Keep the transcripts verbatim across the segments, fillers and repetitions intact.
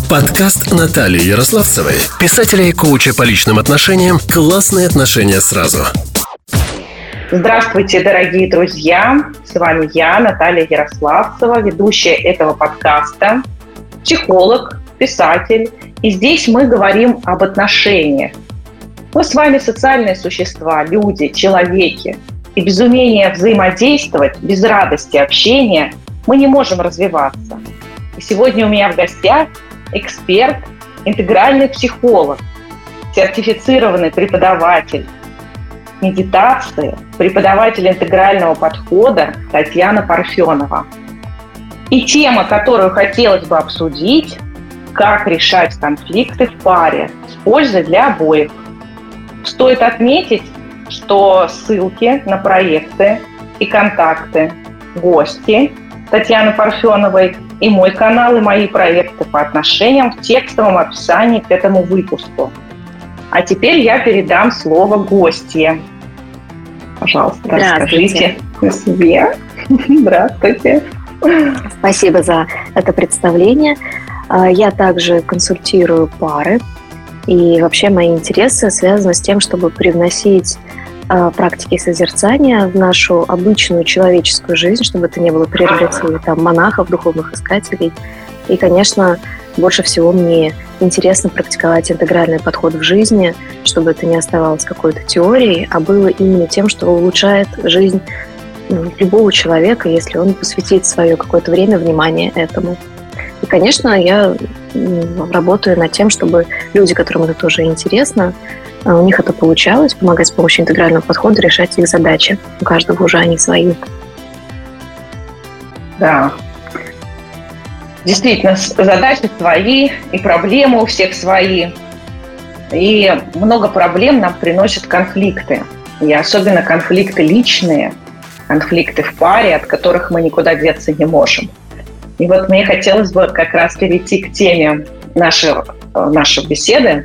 Подкаст Натальи Ярославцевой, писателя и коуча по личным отношениям «Классные отношения сразу». Здравствуйте, дорогие друзья! С вами я, Наталья Ярославцева, ведущая этого подкаста, психолог, писатель. И здесь мы говорим об отношениях. Мы с вами социальные существа, люди, человеки. И без умения взаимодействовать, без радости общения мы не можем развиваться. И сегодня у меня в гостях эксперт, интегральный психолог, сертифицированный преподаватель медитации, преподаватель интегрального подхода Татьяна Парфенова. И тема, которую хотелось бы обсудить, как решать конфликты в паре с пользой для обоих. Стоит отметить, что ссылки на проекты и контакты гости Татьяны Парфеновой и мой канал, и мои проекты по отношениям в текстовом описании к этому выпуску. А теперь я передам слово гостье. Пожалуйста, расскажите о себе. Здравствуйте. Спасибо за это представление. Я также консультирую пары. И вообще мои интересы связаны с тем, чтобы привносить практики созерцания в нашу обычную человеческую жизнь, чтобы это не было прерогативой там монахов, духовных искателей. И, конечно, больше всего мне интересно практиковать интегральный подход в жизни, чтобы это не оставалось какой-то теорией, а было именно тем, что улучшает жизнь любого человека, если он посвятит свое какое-то время, внимание этому. И, конечно, я работаю над тем, чтобы люди, которым это тоже интересно, у них это получалось, помогать с помощью интегрального подхода решать их задачи. У каждого уже они свои. Да. Действительно, задачи свои, и проблемы у всех свои. И много проблем нам приносят конфликты. И особенно конфликты личные, конфликты в паре, от которых мы никуда деться не можем. И вот мне хотелось бы как раз перейти к теме нашей, нашей беседы.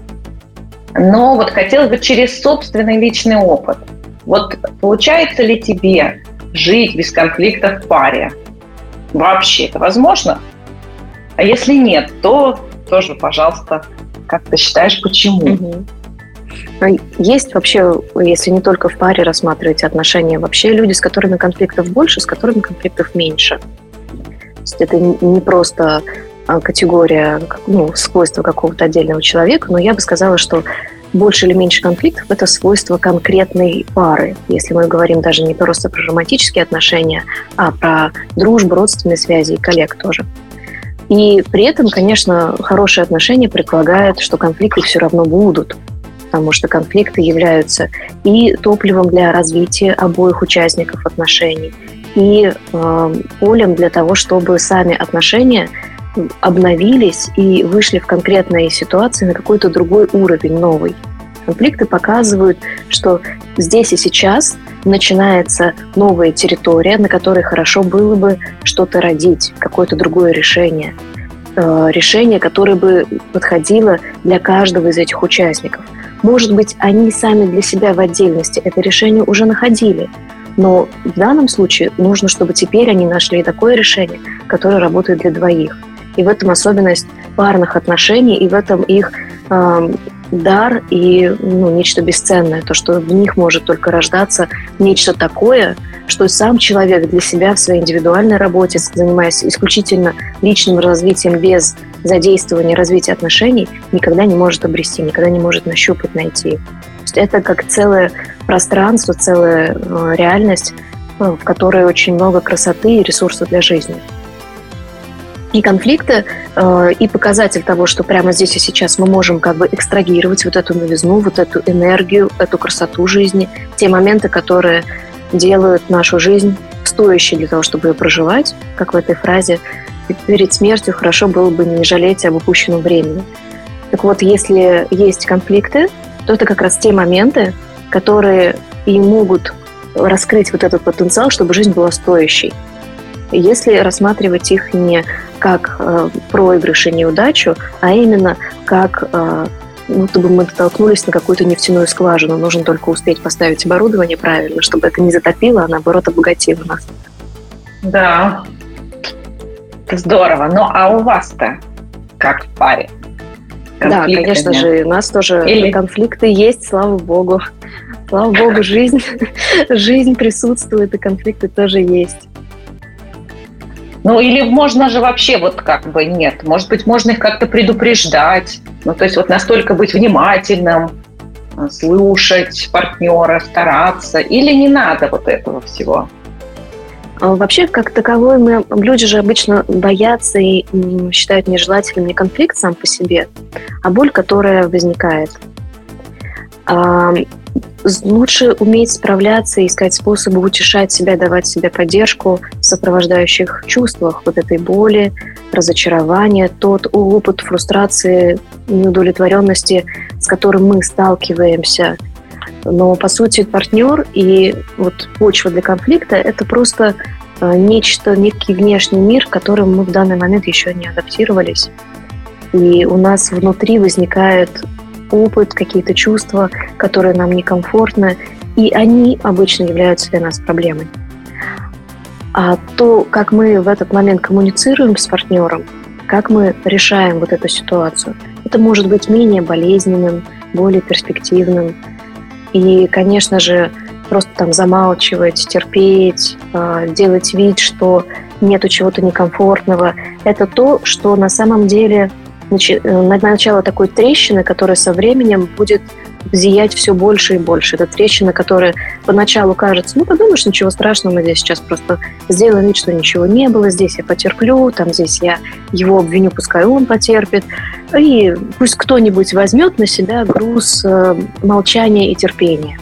Но вот хотелось бы через собственный личный опыт. Вот получается ли тебе жить без конфликтов в паре? Вообще это возможно? А если нет, то тоже, пожалуйста, как ты считаешь, почему? Угу. Есть вообще, если не только в паре рассматривать отношения, вообще люди, с которыми конфликтов больше, с которыми конфликтов меньше. То есть это не просто категория, ну, свойства какого-то отдельного человека, но я бы сказала, что больше или меньше конфликтов – это свойство конкретной пары. Если мы говорим даже не просто про романтические отношения, а про дружбу, родственные связи и коллег тоже. И при этом, конечно, хорошие отношения предполагают, что конфликты все равно будут, потому что конфликты являются и топливом для развития обоих участников отношений, и э, полем для того, чтобы сами отношения обновились и вышли в конкретные ситуации на какой-то другой уровень, новый. Конфликты показывают, что здесь и сейчас начинается новая территория, на которой хорошо было бы что-то родить, какое-то другое решение. Решение, которое бы подходило для каждого из этих участников. Может быть, они сами для себя в отдельности это решение уже находили, но в данном случае нужно, чтобы теперь они нашли такое решение, которое работает для двоих. И в этом особенность парных отношений, и в этом их э, дар и ну, нечто бесценное, то, что в них может только рождаться нечто такое, что сам человек для себя в своей индивидуальной работе, занимаясь исключительно личным развитием без задействования развития отношений, никогда не может обрести, никогда не может нащупать, найти. То есть это как целое пространство, целая э, реальность, э, в которой очень много красоты и ресурсов для жизни. И конфликты, э, и показатель того, что прямо здесь и сейчас мы можем как бы экстрагировать вот эту новизну, вот эту энергию, эту красоту жизни, те моменты, которые делают нашу жизнь стоящей для того, чтобы ее проживать, как в этой фразе «перед смертью хорошо было бы не жалеть об упущенном времени». Так вот, если есть конфликты, то это как раз те моменты, которые и могут раскрыть вот этот потенциал, чтобы жизнь была стоящей. Если рассматривать их не как э, проигрыш и неудачу, а именно как э, ну, чтобы мы натолкнулись на какую-то нефтяную скважину. Нужно только успеть поставить оборудование правильно, чтобы это не затопило, а наоборот обогатило нас. Да, здорово. Ну а у вас-то как в паре? Да, конечно же, у нас тоже Или... конфликты есть, слава богу. Слава богу, жизнь, жизнь присутствует, и конфликты тоже есть. Ну, или можно же вообще вот как бы нет. Может быть, можно их как-то предупреждать. Ну, то есть вот настолько быть внимательным, слушать партнера, стараться. Или не надо вот этого всего? Вообще, как таковой, мы, люди же обычно боятся и считают нежелательным не конфликт сам по себе, а боль, которая возникает. Лучше уметь справляться, искать способы утешать себя, давать себе поддержку в сопровождающих чувствах вот этой боли, разочарования, тот опыт фрустрации, неудовлетворенности, с которым мы сталкиваемся. Но, по сути, партнер и вот почва для конфликта – это просто нечто, некий внешний мир, к которому мы в данный момент еще не адаптировались. И у нас внутри возникает опыт, какие-то чувства, которые нам некомфортны, и они обычно являются для нас проблемой. А то, как мы в этот момент коммуницируем с партнером, как мы решаем вот эту ситуацию, это может быть менее болезненным, более перспективным. И, конечно же, просто там замалчивать, терпеть, делать вид, что нету чего-то некомфортного, это то, что на самом деле начало такой трещины, которая со временем будет зиять все больше и больше. Это трещина, которая поначалу кажется, ну, подумаешь, ничего страшного, мы здесь сейчас просто сделаем вид, что ничего не было, здесь я потерплю, там здесь я его обвиню, пускай он потерпит, и пусть кто-нибудь возьмет на себя груз молчания и терпения,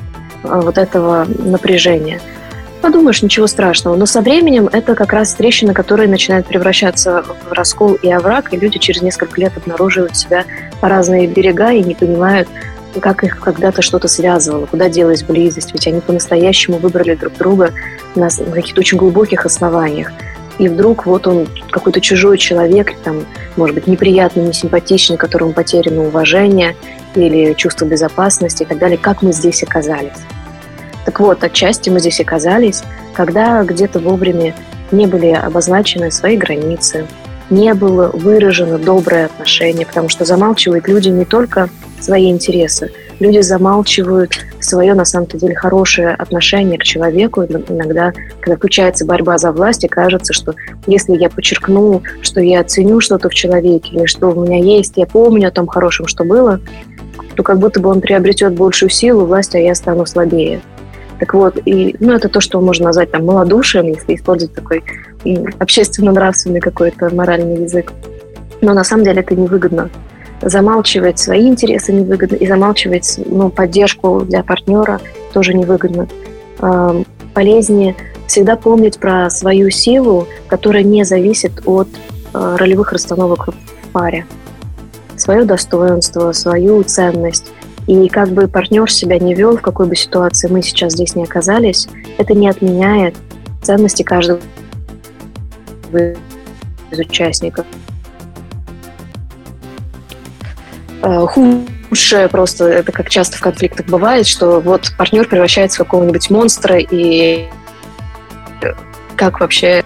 вот этого напряжения. Подумаешь, ничего страшного. Но со временем это как раз трещина, которая начинает превращаться в раскол и овраг, и люди через несколько лет обнаруживают себя по разные берега и не понимают, как их когда-то что-то связывало, куда делась близость, ведь они по-настоящему выбрали друг друга на каких-то очень глубоких основаниях. И вдруг вот он, какой-то чужой человек, там, может быть, неприятный, несимпатичный, которому потеряно уважение или чувство безопасности и так далее. Как мы здесь оказались? Так вот, отчасти мы здесь оказались, когда где-то вовремя не были обозначены свои границы, не было выражено доброе отношение, потому что замалчивают люди не только свои интересы, люди замалчивают свое, на самом-то деле, хорошее отношение к человеку. Иногда, когда включается борьба за власть, и кажется, что если я подчеркну, что я ценю что-то в человеке, или что у меня есть, я помню о том хорошем, что было, то как будто бы он приобретет большую силу, власть, а я стану слабее. Так вот, и, ну, это то, что можно назвать там малодушием, если использовать такой общественно-нравственный какой-то моральный язык. Но на самом деле это невыгодно. Замалчивать свои интересы невыгодно, и замалчивать, ну, поддержку для партнера тоже невыгодно. Э, полезнее всегда помнить про свою силу, которая не зависит от э, ролевых расстановок в паре. Свое достоинство, свою ценность. И как бы партнер себя не вел, в какой бы ситуации мы сейчас здесь не оказались, это не отменяет ценности каждого из участников. Худшее просто, это как часто в конфликтах бывает, что вот партнер превращается в какого-нибудь монстра, и как вообще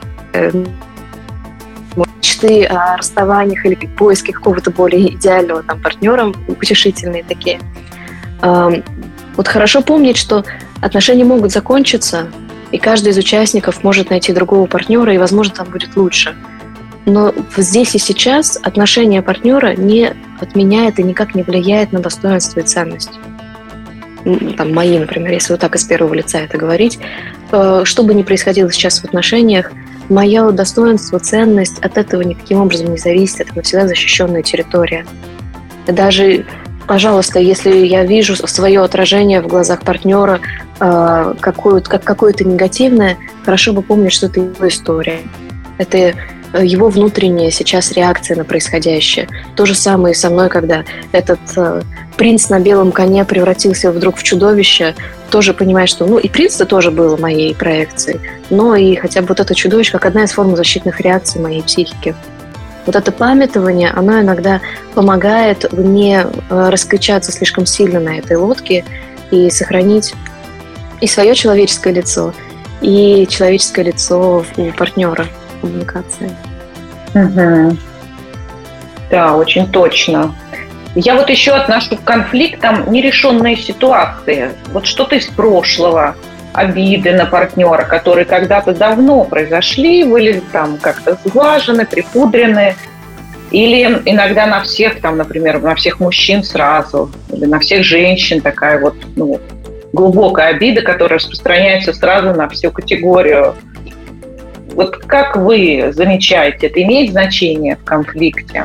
мечты о расставаниях или поиске какого-то более идеального там партнера, утешительные такие. Вот хорошо помнить, что отношения могут закончиться, и каждый из участников может найти другого партнера, и, возможно, там будет лучше. Но здесь и сейчас отношение партнера не отменяет и никак не влияет на достоинство и ценность. Там, мои, например, если вот так из первого лица это говорить. Что бы ни происходило сейчас в отношениях, мое достоинство, ценность от этого никаким образом не зависит. Это навсегда защищенная территория. Даже, пожалуйста, если я вижу свое отражение в глазах партнера э, какое-то, как какое-то негативное, хорошо бы помнить, что это его история. Это его внутренняя сейчас реакция на происходящее. То же самое и со мной, когда этот э, принц на белом коне превратился вдруг в чудовище, тоже понимаешь, что, ну, и принц-то тоже было моей проекцией, но и хотя бы вот это чудовище как одна из форм защитных реакций моей психики. Вот это памятование, оно иногда помогает не раскачаться слишком сильно на этой лодке и сохранить и свое человеческое лицо, и человеческое лицо у партнера в коммуникации. Угу. Да, очень точно. Я вот еще отношу к конфликтам нерешенные ситуации. Вот что-то из прошлого, обиды на партнера, которые когда-то давно произошли, были там как-то сглажены, припудрены. Или иногда на всех, там, например, на всех мужчин сразу, или на всех женщин такая вот ну, глубокая обида, которая распространяется сразу на всю категорию. Вот как вы замечаете, это имеет значение в конфликте?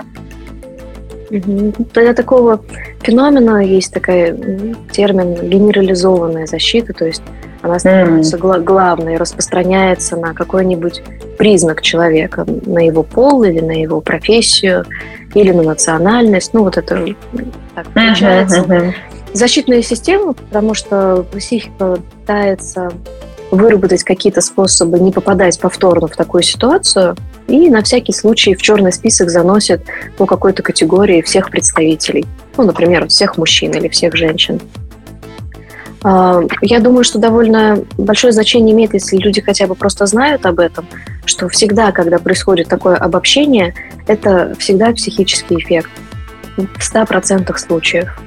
Для такого феномена есть такой термин генерализованная защита, то есть она становится mm. главной, распространяется на какой-нибудь признак человека, на его пол или на его профессию, или на национальность. Ну, вот это так получается. Uh-huh, uh-huh. Защитная система, потому что психика пытается выработать какие-то способы не попадать повторно в такую ситуацию и на всякий случай в черный список заносит по какой-то категории всех представителей. Ну, например, всех мужчин или всех женщин. Я думаю, что довольно большое значение имеет, если люди хотя бы просто знают об этом, что всегда, когда происходит такое обобщение, это всегда психический эффект. В ста процентах случаев.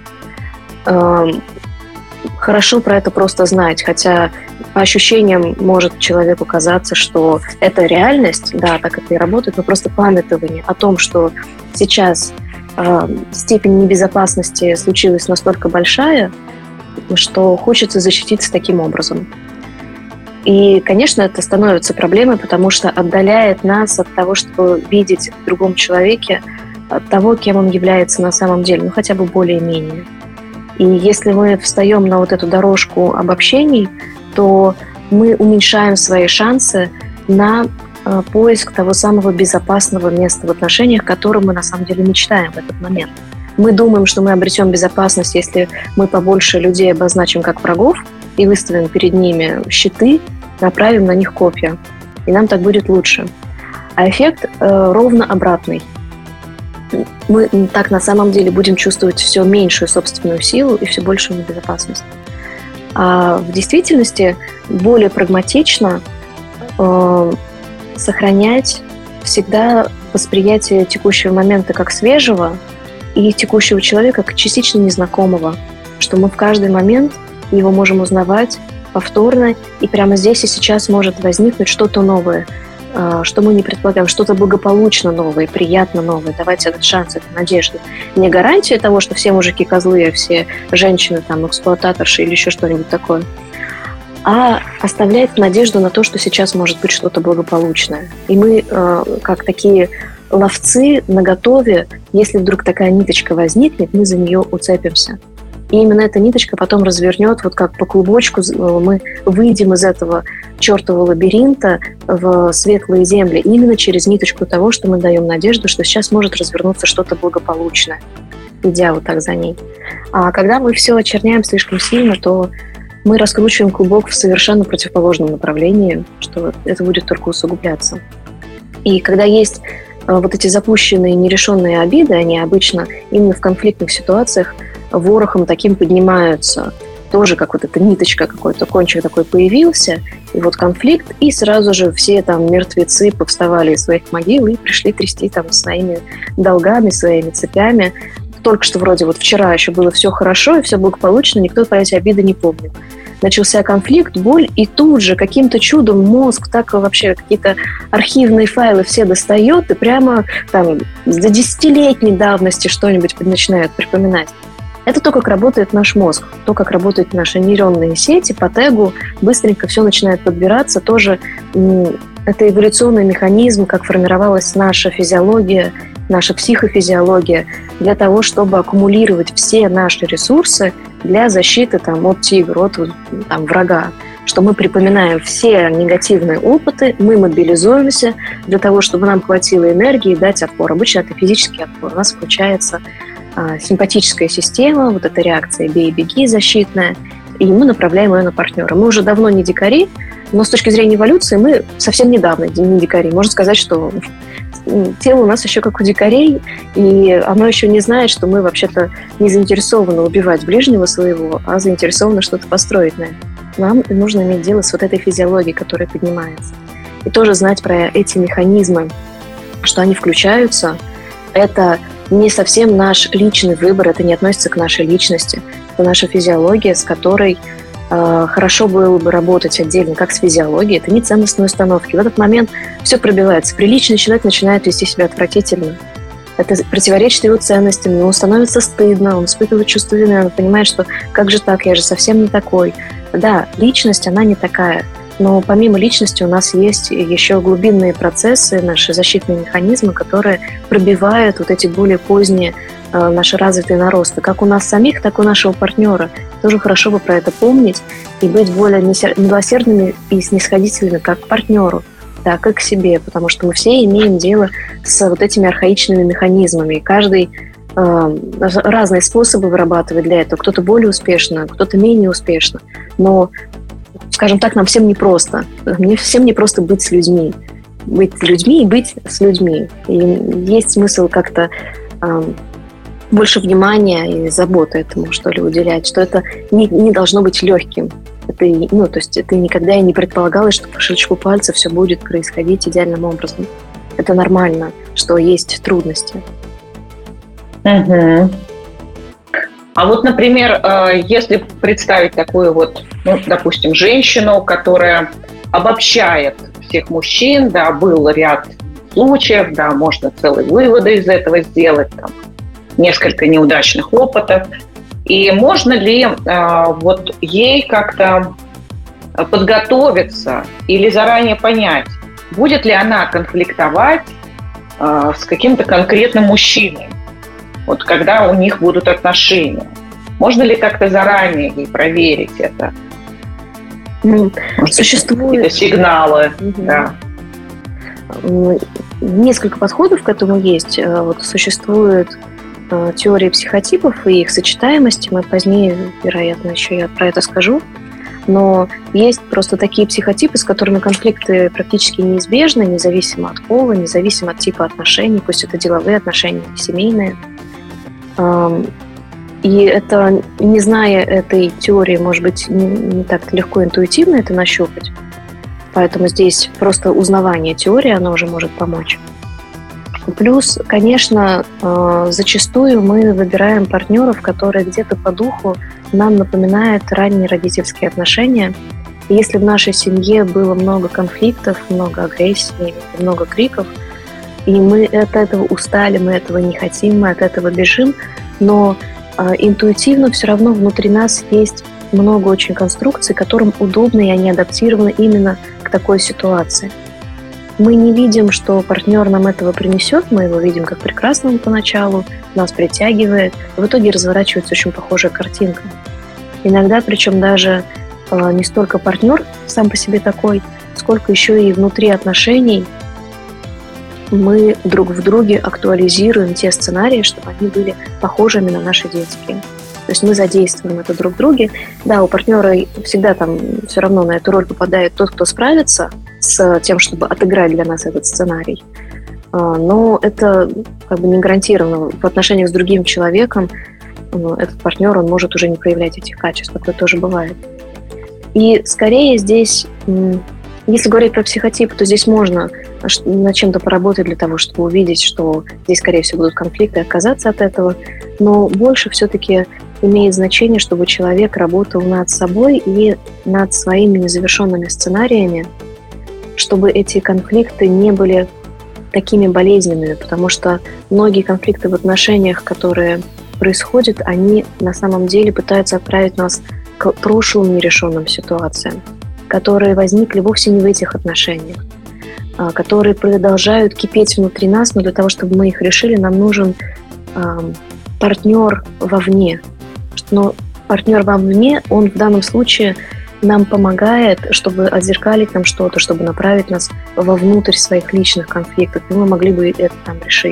Хорошо про это просто знать, хотя по ощущениям может человеку казаться, что это реальность, да, так это и работает, но просто памятование о том, что сейчас э, степень небезопасности случилась настолько большая, что хочется защититься таким образом. И, конечно, это становится проблемой, потому что отдаляет нас от того, чтобы видеть в другом человеке того, кем он является на самом деле, ну хотя бы более-менее. И если мы встаем на вот эту дорожку обобщений, то мы уменьшаем свои шансы на э, поиск того самого безопасного места в отношениях, о котором мы на самом деле мечтаем в этот момент. Мы думаем, что мы обретем безопасность, если мы побольше людей обозначим как врагов и выставим перед ними щиты, направим на них копья. И нам так будет лучше. А эффект э, ровно обратный. Мы так на самом деле будем чувствовать все меньшую собственную силу и все большую небезопасность. А в действительности более прагматично э, сохранять всегда восприятие текущего момента как свежего и текущего человека как частично незнакомого, что мы в каждый момент его можем узнавать повторно, и прямо здесь и сейчас может возникнуть что-то новое, что мы не предполагаем, что-то благополучно новое, приятно новое, давать этот шанс, эту надежду. Не гарантия того, что все мужики козлы, а все женщины там эксплуататорши или еще что-нибудь такое, а оставляет надежду на то, что сейчас может быть что-то благополучное. И мы, как такие ловцы наготове, если вдруг такая ниточка возникнет, мы за нее уцепимся. И именно эта ниточка потом развернет, вот как по клубочку мы выйдем из этого чертового лабиринта в светлые земли именно через ниточку того, что мы даем надежду, что сейчас может развернуться что-то благополучное, идя вот так за ней. А когда мы все очерняем слишком сильно, то мы раскручиваем клубок в совершенно противоположном направлении, что это будет только усугубляться. И когда есть вот эти запущенные нерешенные обиды, они обычно именно в конфликтных ситуациях ворохом таким поднимаются, тоже как вот эта ниточка, какой-то кончик такой появился, и вот конфликт, и сразу же все там мертвецы повставали из своих могил и пришли трясти там своими долгами, своими цепями. Только что вроде вот вчера еще было все хорошо и все благополучно, никто про эти обиды не помнил. Начался конфликт, боль, и тут же каким-то чудом мозг так вообще какие-то архивные файлы все достает и прямо там до десятилетней давности что-нибудь начинает припоминать. Это то, как работает наш мозг, то, как работают наши нейронные сети по тегу, быстренько все начинает подбираться. Тоже это эволюционный механизм, как формировалась наша физиология, наша психофизиология для того, чтобы аккумулировать все наши ресурсы для защиты там, от тигра, от там, врага. Что мы припоминаем все негативные опыты, мы мобилизуемся для того, чтобы нам хватило энергии дать отпор. Обычно это физический отпор. У нас включается а, симпатическая система, вот эта реакция «бей-беги» защитная, и мы направляем ее на партнера. Мы уже давно не дикари, но с точки зрения эволюции мы совсем недавно не дикари. Можно сказать, что тело у нас еще как у дикарей, и оно еще не знает, что мы вообще-то не заинтересованы убивать ближнего своего, а заинтересованы что-то построить на это. Нам нужно иметь дело с вот этой физиологией, которая поднимается. И тоже знать про эти механизмы, что они включаются, это не совсем наш личный выбор, это не относится к нашей личности. Это наша физиология, с которой э, хорошо было бы работать отдельно, как с физиологией. Это не ценностные установки. В этот момент все пробивается. Приличный человек начинает вести себя отвратительно. Это противоречит его ценностям, ему становится стыдно, он испытывает чувство вины, он понимает, что как же так, я же совсем не такой. Да, личность, она не такая. Но помимо личности у нас есть еще глубинные процессы, наши защитные механизмы, которые пробивают вот эти более поздние э, наши развитые наросты. Как у нас самих, так и у нашего партнера. Тоже хорошо бы про это помнить и быть более милосердными и снисходительными как к партнеру, так и к себе. Потому что мы все имеем дело с вот этими архаичными механизмами. И каждый э, разные способы вырабатывает для этого. Кто-то более успешно, кто-то менее успешно. Но скажем так, нам всем непросто. Мне всем непросто быть с людьми. Быть людьми и быть с людьми. И есть смысл как-то э, больше внимания и заботы этому, что ли, уделять, что это не, не должно быть легким. Это, ну, то есть это никогда и не предполагалось, что по щелчку пальца все будет происходить идеальным образом. Это нормально, что есть трудности. Угу. А вот, например, если представить такую вот, ну, допустим, женщину, которая обобщает всех мужчин, да, был ряд случаев, да, можно целые выводы из этого сделать, там, несколько неудачных опытов, и можно ли вот ей как-то подготовиться или заранее понять, будет ли она конфликтовать с каким-то конкретным мужчиной, вот когда у них будут отношения. Можно ли как-то заранее ей проверить это? Ну, существуют какие-то сигналы. Угу. Да. Несколько подходов к этому есть. Вот существует теория психотипов и их сочетаемости. Мы позднее, вероятно, еще я про это скажу. Но есть просто такие психотипы, с которыми конфликты практически неизбежны, независимо от пола, независимо от типа отношений, пусть это деловые отношения, семейные. И это, не зная этой теории, может быть, не, не так легко интуитивно это нащупать. Поэтому здесь просто узнавание теории, оно уже может помочь. Плюс, конечно, зачастую мы выбираем партнеров, которые где-то по духу нам напоминают ранние родительские отношения. И если в нашей семье было много конфликтов, много агрессии, много криков, и мы от этого устали, мы этого не хотим, мы от этого бежим, но э, интуитивно все равно внутри нас есть много очень конструкций, которым удобно, и они адаптированы именно к такой ситуации. Мы не видим, что партнер нам этого принесет, мы его видим как прекрасного поначалу, нас притягивает, и в итоге разворачивается очень похожая картинка. Иногда, причем даже э, не столько партнер сам по себе такой, сколько еще и внутри отношений мы друг в друге актуализируем те сценарии, чтобы они были похожими на наши детские. То есть мы задействуем это друг в друге. Да, у партнера всегда там все равно на эту роль попадает тот, кто справится с тем, чтобы отыграть для нас этот сценарий. Но это как бы не гарантированно. В отношениях с другим человеком этот партнер, он может уже не проявлять этих качеств. Такое тоже бывает. И скорее здесь... Если говорить про психотип, то здесь можно над чем-то поработать для того, чтобы увидеть, что здесь, скорее всего, будут конфликты, отказаться от этого. Но больше все-таки имеет значение, чтобы человек работал над собой и над своими незавершенными сценариями, чтобы эти конфликты не были такими болезненными, потому что многие конфликты в отношениях, которые происходят, они на самом деле пытаются отправить нас к прошлым нерешенным ситуациям, которые возникли вовсе не в этих отношениях, которые продолжают кипеть внутри нас, но для того, чтобы мы их решили, нам нужен э, партнер вовне. Но партнер вовне, он в данном случае нам помогает, чтобы отзеркалить нам что-то, чтобы направить нас вовнутрь своих личных конфликтов, и мы могли бы это там решить.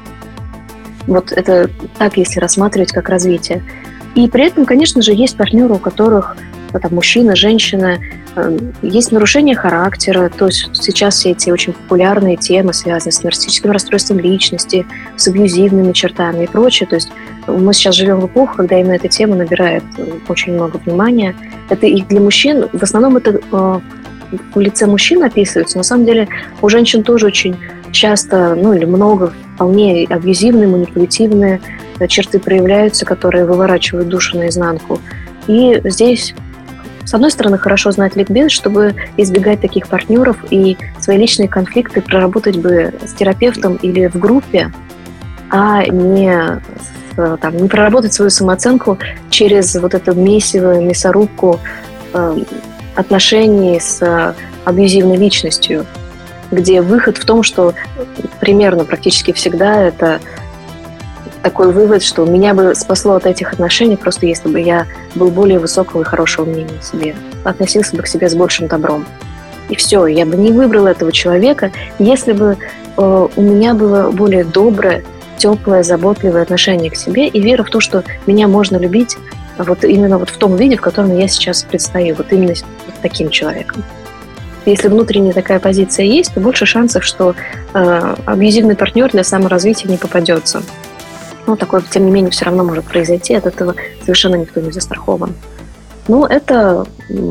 Вот это так, если рассматривать как развитие. И при этом, конечно же, есть партнеры, у которых там, мужчина, женщина, есть нарушение характера, то есть сейчас все эти очень популярные темы, связанные с нарциссическим расстройством личности, с абьюзивными чертами и прочее. То есть мы сейчас живем в эпоху, когда именно эта тема набирает очень много внимания. Это и для мужчин, в основном это в лице мужчин описывается, на самом деле у женщин тоже очень часто, ну или много, вполне абьюзивные, манипулятивные черты проявляются, которые выворачивают душу наизнанку. И здесь, с одной стороны, хорошо знать ликбез, чтобы избегать таких партнеров и свои личные конфликты проработать бы с терапевтом или в группе, а не, там, не проработать свою самооценку через вот эту месиво, мясорубку э, отношений с абьюзивной личностью, где выход в том, что примерно практически всегда это такой вывод, что меня бы спасло от этих отношений, просто если бы я был более высокого и хорошего мнения о себе, относился бы к себе с большим добром. И все, я бы не выбрала этого человека, если бы э, у меня было более доброе, теплое, заботливое отношение к себе и вера в то, что меня можно любить вот именно вот в том виде, в котором я сейчас предстаю, вот именно вот таким человеком. Если внутренняя такая позиция есть, то больше шансов, что э, абьюзивный партнер для саморазвития не попадется. Но такое, тем не менее, все равно может произойти, от этого совершенно никто не застрахован. Ну, это,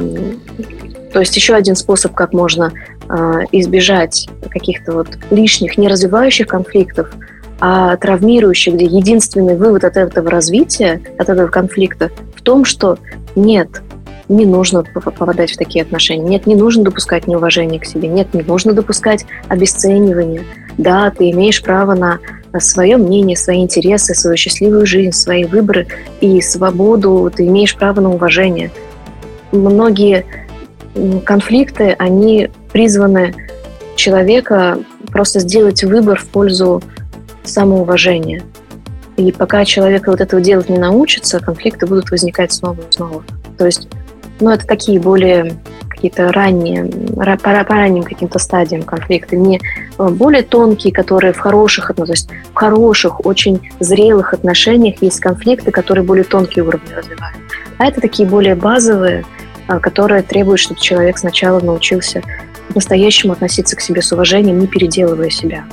то есть еще один способ, как можно э, избежать каких-то вот лишних, не развивающих конфликтов, а травмирующих, где единственный вывод от этого развития, от этого конфликта в том, что нет, не нужно попадать в такие отношения. Нет, не нужно допускать неуважение к себе. Нет, не нужно допускать обесценивания. Да, ты имеешь право на свое мнение, свои интересы, свою счастливую жизнь, свои выборы и свободу. Ты имеешь право на уважение. Многие конфликты, они призваны человека просто сделать выбор в пользу самоуважения. И пока человек вот этого делать не научится, конфликты будут возникать снова и снова. То есть, ну, это такие более какие-то ранние, по, по ранним каким-то стадиям конфликта, не более тонкие, которые в хороших, то есть в хороших, очень зрелых отношениях есть конфликты, которые более тонкие уровни развивают. А это такие более базовые, которые требуют, чтобы человек сначала научился по-настоящему относиться к себе с уважением, не переделывая себя.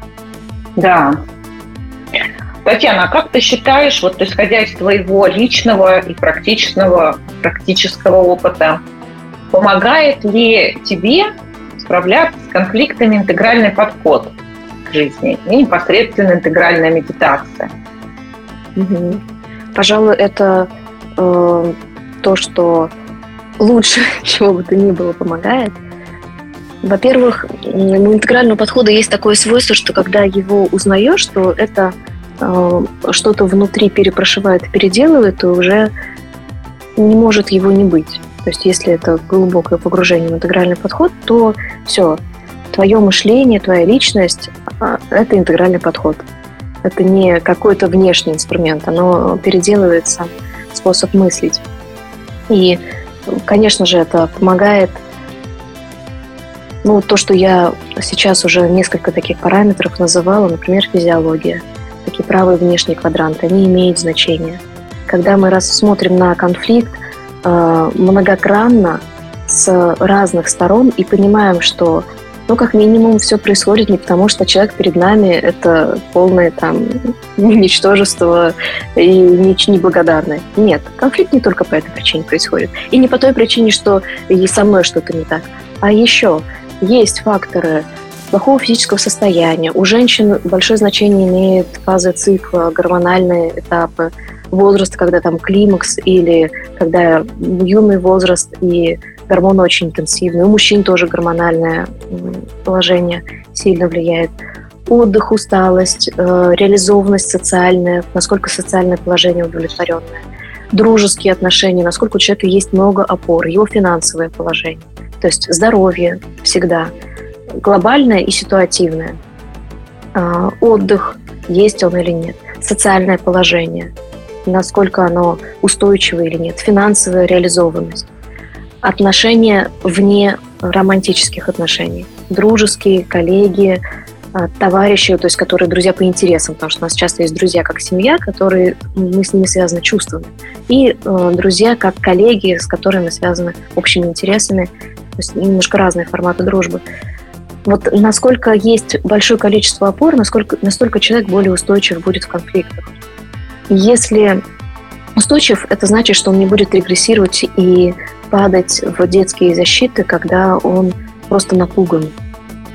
Да. Татьяна, а как ты считаешь, вот исходя из твоего личного и практического, практического опыта, помогает ли тебе справляться с конфликтами интегральный подход к жизни и непосредственно интегральная медитация? Угу. Пожалуй, это э, то, что лучше чего бы то ни было помогает. Во-первых, у интегрального подхода есть такое свойство, что когда его узнаешь, то это э, что-то внутри перепрошивает и переделывает, то уже не может его не быть. То есть если это глубокое погружение в интегральный подход, то все, твое мышление, твоя личность – это интегральный подход. Это не какой-то внешний инструмент, оно переделывает сам способ мыслить. И, конечно же, это помогает. Ну, то, что я сейчас уже несколько таких параметров называла, например, физиология, такие правые и внешние квадранты, они имеют значение. Когда мы рассмотрим на конфликт э, многогранно, с разных сторон, и понимаем, что, ну, как минимум, все происходит не потому, что человек перед нами – это полное там ничтожество и неблагодарное. Нет, конфликт не только по этой причине происходит. И не по той причине, что и со мной что-то не так. А еще есть факторы плохого физического состояния. У женщин большое значение имеет фаза цикла, гормональные этапы, возраст, когда там климакс, или когда юный возраст и гормоны очень интенсивные. У мужчин тоже гормональное положение сильно влияет. Отдых, усталость, реализованность социальная, насколько социальное положение удовлетворенное. Дружеские отношения, насколько у человека есть много опор, его финансовое положение. То есть здоровье всегда. Глобальное и ситуативное. Отдых, есть он или нет. Социальное положение, насколько оно устойчиво или нет. Финансовая реализованность. Отношения вне романтических отношений. Дружеские, коллеги, товарищи, то есть которые друзья по интересам, потому что у нас часто есть друзья как семья, которые мы с ними связаны чувствами, и э, друзья как коллеги, с которыми связаны общими интересами, то есть немножко разные форматы дружбы. Вот насколько есть большое количество опор, насколько, настолько человек более устойчив будет в конфликтах. Если устойчив, это значит, что он не будет регрессировать и падать в детские защиты, когда он просто напуган.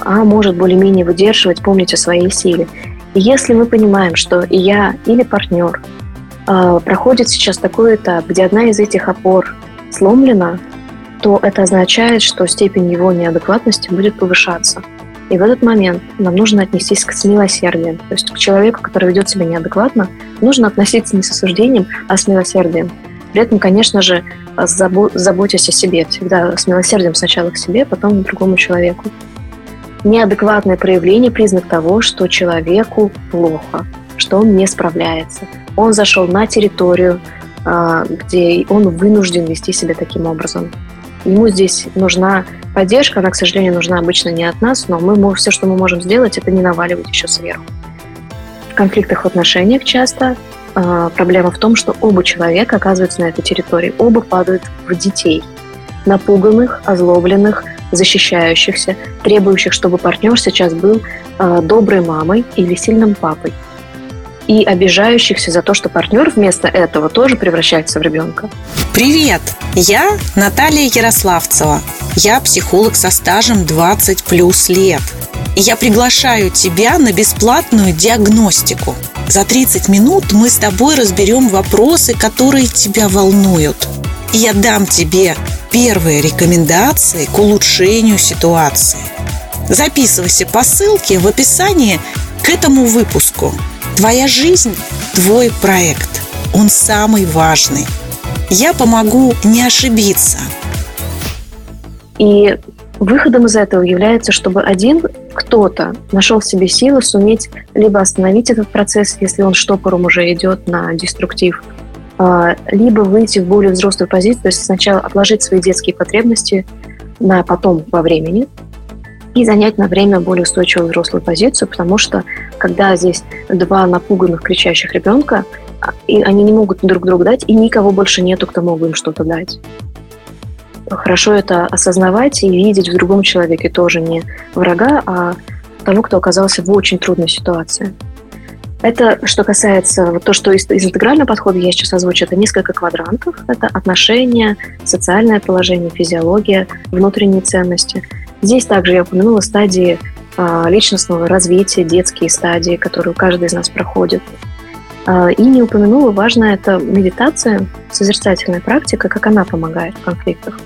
а может более-менее выдерживать, помнить о своей силе. И если мы понимаем, что и я, или партнер э, проходит сейчас такой этап, где одна из этих опор сломлена, то это означает, что степень его неадекватности будет повышаться. И в этот момент нам нужно отнестись с милосердием. То есть к человеку, который ведет себя неадекватно, нужно относиться не с осуждением, а с милосердием. При этом, конечно же, заботясь о себе. Всегда с милосердием сначала к себе, потом к другому человеку. Неадекватное проявление – признак того, что человеку плохо, что он не справляется. Он зашел на территорию, где он вынужден вести себя таким образом. Ему здесь нужна поддержка, она, к сожалению, нужна обычно не от нас, но мы, все, что мы можем сделать, это не наваливать еще сверху. В конфликтах в отношениях часто э, проблема в том, что оба человека оказываются на этой территории, оба падают в детей, напуганных, озлобленных, защищающихся, требующих, чтобы партнер сейчас был э, доброй мамой или сильным папой, и обижающихся за то, что партнер вместо этого тоже превращается в ребенка. Привет! Я Наталья Ярославцева. Я психолог со стажем двадцать плюс лет. И я приглашаю тебя на бесплатную диагностику. За тридцать минут мы с тобой разберем вопросы, которые тебя волнуют. И я дам тебе первые рекомендации к улучшению ситуации. Записывайся по ссылке в описании к этому выпуску. Твоя жизнь – твой проект. Он самый важный. Я помогу не ошибиться. И выходом из этого является, чтобы один кто-то нашел в себе силы суметь либо остановить этот процесс, если он штопором уже идет на деструктив, либо выйти в более взрослую позицию, то есть сначала отложить свои детские потребности на потом во времени и занять на время более устойчивую взрослую позицию, потому что когда здесь два напуганных, кричащих ребенка, и они не могут друг другу дать, и никого больше нету, кто мог бы им что-то дать. Хорошо это осознавать и видеть в другом человеке тоже не врага, а того, кто оказался в очень трудной ситуации. Это что касается вот то, что из, из интегрального подхода я сейчас озвучу, это несколько квадрантов. Это отношения, социальное положение, физиология, внутренние ценности. Здесь также я упомянула стадии э, личностного развития, детские стадии, которые каждый из нас проходит. Э, и не упомянула, важно, это медитация, созерцательная практика, как она помогает в конфликтах.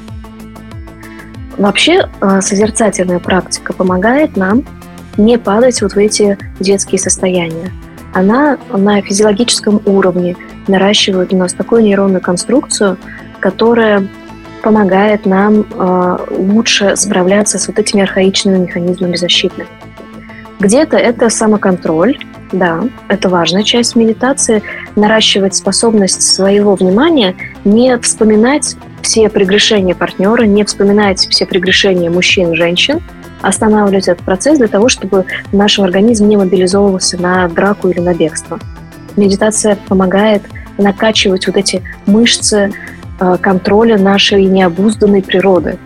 Вообще э, созерцательная практика помогает нам не падать вот в эти детские состояния. Она на физиологическом уровне наращивает у нас такую нейронную конструкцию, которая помогает нам э, лучше справляться с вот этими архаичными механизмами защиты. Где-то это самоконтроль, да, это важная часть медитации, наращивать способность своего внимания, не вспоминать все прегрешения партнера, не вспоминать все прегрешения мужчин, женщин, останавливать этот процесс для того, чтобы наш организм не мобилизовывался на драку или на бегство. Медитация помогает накачивать вот эти мышцы контроля нашей необузданной природы.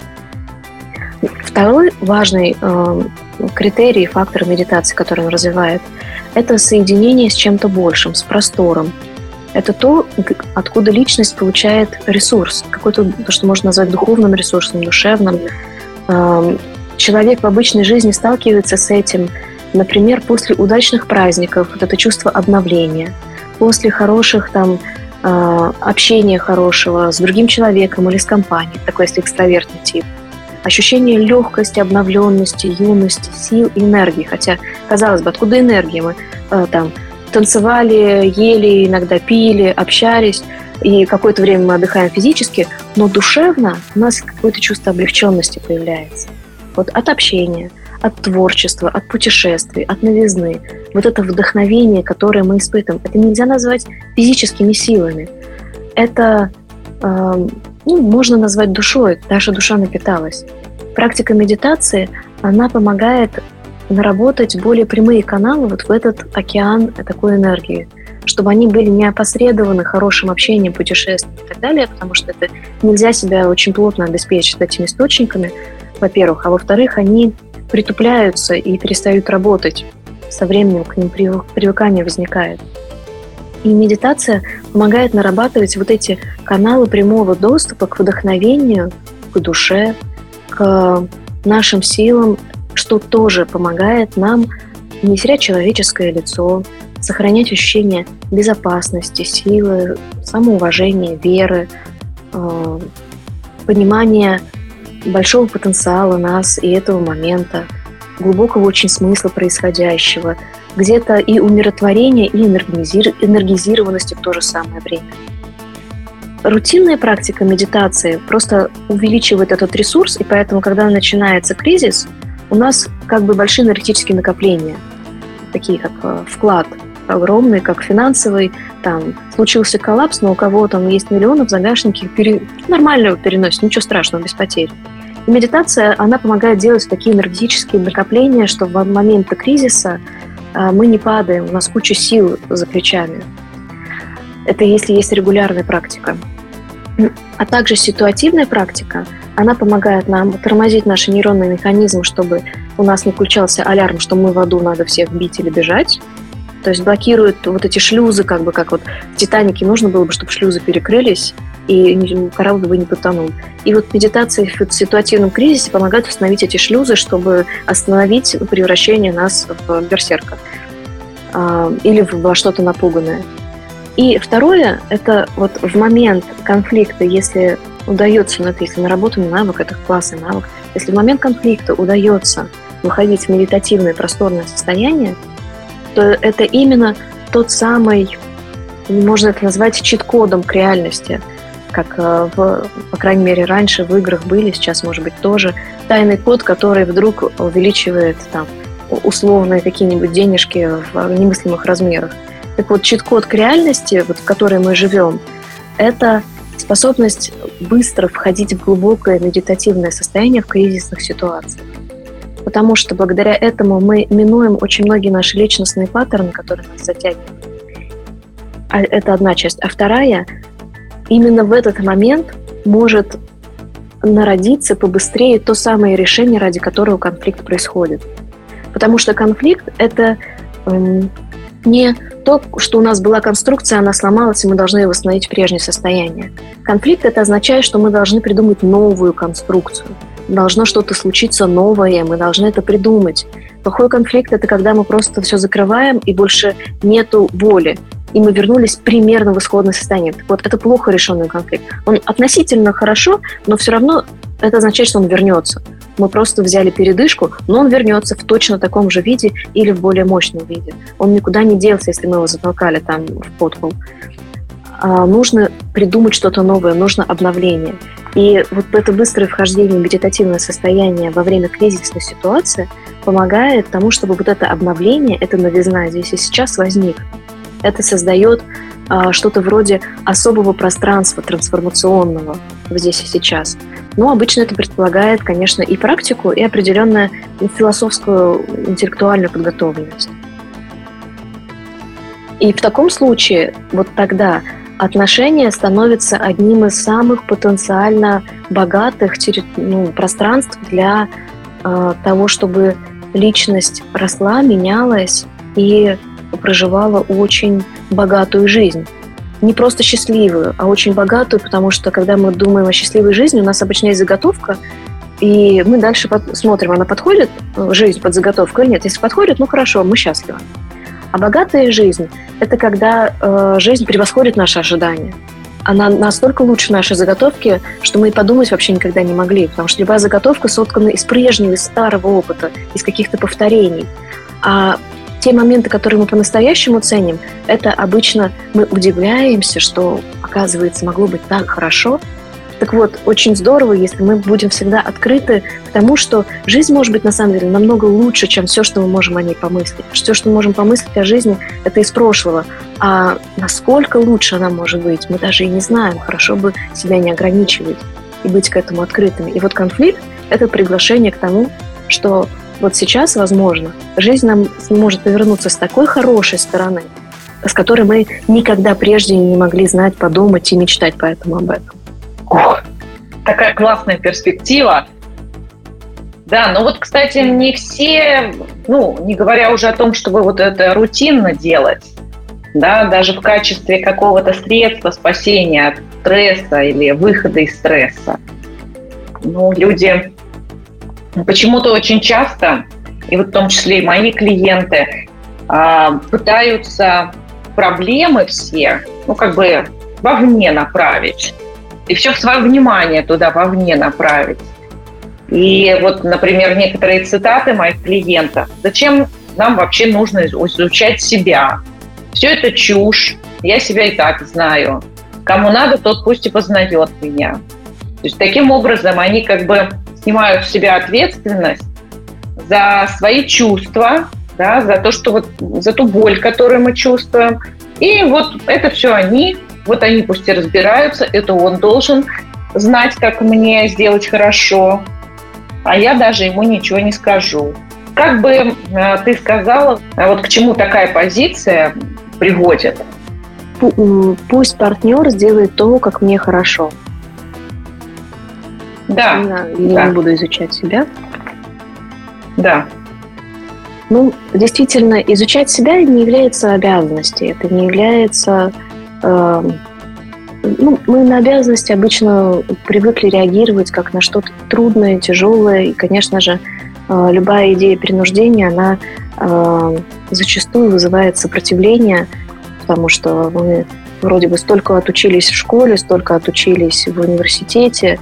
Второй важный э, критерий, фактор медитации, который он развивает, это соединение с чем-то большим, с простором. Это то, откуда личность получает ресурс, какой-то, то, что можно назвать духовным ресурсом, душевным. Э, человек в обычной жизни сталкивается с этим, например, после удачных праздников, вот это чувство обновления, после хороших там общения хорошего с другим человеком или с компанией, такой если экстравертный тип. Ощущение легкости, обновленности, юности, сил и энергии. Хотя, казалось бы, откуда энергия? Мы э, там танцевали, ели, иногда пили, общались, и какое-то время мы отдыхаем физически, но душевно у нас какое-то чувство облегченности появляется. Вот от общения, от творчества, от путешествий, от новизны. Вот это вдохновение, которое мы испытываем, это нельзя назвать физическими силами. Это э, ну, можно назвать душой, наша душа напиталась. Практика медитации, она помогает наработать более прямые каналы вот в этот океан такой энергии, чтобы они были не опосредованы хорошим общением, путешествием и так далее, потому что это нельзя себя очень плотно обеспечить этими источниками, во-первых, а во-вторых, они притупляются и перестают работать. Со временем к ним привыкание возникает. И медитация помогает нарабатывать вот эти каналы прямого доступа к вдохновению, к душе, к нашим силам что тоже помогает нам не терять человеческое лицо, сохранять ощущение безопасности, силы, самоуважения, веры, э, понимания большого потенциала нас и этого момента, глубокого очень смысла происходящего, где-то и умиротворения, и энергизир- энергизированности в то же самое время. Рутинная практика медитации просто увеличивает этот ресурс, и поэтому, когда начинается кризис, у нас как бы большие энергетические накопления, такие как вклад огромный, как финансовый, там случился коллапс, но у кого там есть миллионы в загашнике, пере... нормально его переносит, ничего страшного, без потерь. И медитация, она помогает делать такие энергетические накопления, что в моменты кризиса мы не падаем, у нас куча сил за плечами. Это если есть регулярная практика. А также ситуативная практика, она помогает нам тормозить наши нейронные механизмы, чтобы у нас не включался алярм, что мы в аду, надо всех бить или бежать. То есть блокирует вот эти шлюзы, как бы как вот в «Титанике» нужно было бы, чтобы шлюзы перекрылись, и корабль бы не потонул. И вот медитация в ситуативном кризисе помогает установить эти шлюзы, чтобы остановить превращение нас в берсерка э, или во что-то напуганное. И второе, это вот в момент конфликта, если удается, ну, это если наработанный навык, это классный навык, если в момент конфликта удается выходить в медитативное просторное состояние, то это именно тот самый, можно это назвать чит-кодом к реальности, как, в, по крайней мере, раньше в играх были, сейчас, может быть, тоже, тайный код, который вдруг увеличивает там условные какие-нибудь денежки в немыслимых размерах. Так вот, чит-код к реальности, вот, в которой мы живем, это способность быстро входить в глубокое медитативное состояние в кризисных ситуациях. Потому что благодаря этому мы минуем очень многие наши личностные паттерны, которые нас затягивают. А это одна часть. А вторая, именно в этот момент может народиться побыстрее то самое решение, ради которого конфликт происходит. Потому что конфликт – это эм, не то, что у нас была конструкция, она сломалась, и мы должны ее восстановить в прежнее состояние. Конфликт – это означает, что мы должны придумать новую конструкцию. Должно что-то случиться новое, мы должны это придумать. Плохой конфликт – это когда мы просто все закрываем, и больше нету воли. И мы вернулись примерно в исходное состояние. Так вот, это плохо решенный конфликт. Он относительно хорошо, но все равно это означает, что он вернется. Мы просто взяли передышку, но он вернется в точно таком же виде или в более мощном виде. Он никуда не делся, если мы его затолкали там в подпол. А нужно придумать что-то новое, нужно обновление. И вот это быстрое вхождение в медитативное состояние во время кризисной ситуации помогает тому, чтобы вот это обновление, эта новизна здесь и сейчас возник. Это создает а, что-то вроде особого пространства трансформационного здесь и сейчас. Но обычно это предполагает, конечно, и практику, и определенную философскую, интеллектуальную подготовленность. И в таком случае, вот тогда отношения становятся одним из самых потенциально богатых ну, пространств для э, того, чтобы личность росла, менялась и проживала очень богатую жизнь. Не просто счастливую, а очень богатую, потому что, когда мы думаем о счастливой жизни, у нас обычно есть заготовка, и мы дальше под... смотрим, она подходит, жизнь под заготовку или нет. Если подходит, ну хорошо, мы счастливы. А богатая жизнь – это когда э, жизнь превосходит наши ожидания. Она настолько лучше нашей заготовки, что мы и подумать вообще никогда не могли, потому что любая заготовка соткана из прежнего, из старого опыта, из каких-то повторений. А те моменты, которые мы по-настоящему ценим, это обычно мы удивляемся, что, оказывается, могло быть так хорошо. Так вот, очень здорово, если мы будем всегда открыты к тому, что жизнь может быть, на самом деле, намного лучше, чем все, что мы можем о ней помыслить. Все, что мы можем помыслить о жизни, это из прошлого. А насколько лучше она может быть, мы даже и не знаем. Хорошо бы себя не ограничивать и быть к этому открытыми. И вот конфликт – это приглашение к тому, что вот сейчас, возможно, жизнь нам может повернуться с такой хорошей стороны, с которой мы никогда прежде не могли знать, подумать и мечтать поэтому об этом. Ох, такая классная перспектива. Да, но вот, кстати, не все, ну, не говоря уже о том, чтобы вот это рутинно делать, да, даже в качестве какого-то средства спасения от стресса или выхода из стресса. Ну, люди почему-то очень часто, и вот в том числе и мои клиенты, пытаются проблемы все, ну, как бы вовне направить. И все свое внимание туда вовне направить. И вот, например, некоторые цитаты моих клиентов. Зачем нам вообще нужно изучать себя? Все это чушь. Я себя и так знаю. Кому надо, тот пусть и познает меня. То есть таким образом они как бы снимают с себя ответственность за свои чувства, да, за то, что вот за ту боль, которую мы чувствуем. И вот это все они, вот они пусть и разбираются, это он должен знать, как мне сделать хорошо, а я даже ему ничего не скажу. Как бы э, ты сказала, вот к чему такая позиция приводит? Пусть партнер сделает то, как мне хорошо. Да. Я, да. я не буду изучать себя. Да. Ну, действительно, изучать себя не является обязанностью. Это не является... Э, ну, мы на обязанности обычно привыкли реагировать как на что-то трудное, тяжелое. И, конечно же, э, любая идея принуждения, она э, зачастую вызывает сопротивление, потому что мы вроде бы столько отучились в школе, столько отучились в университете.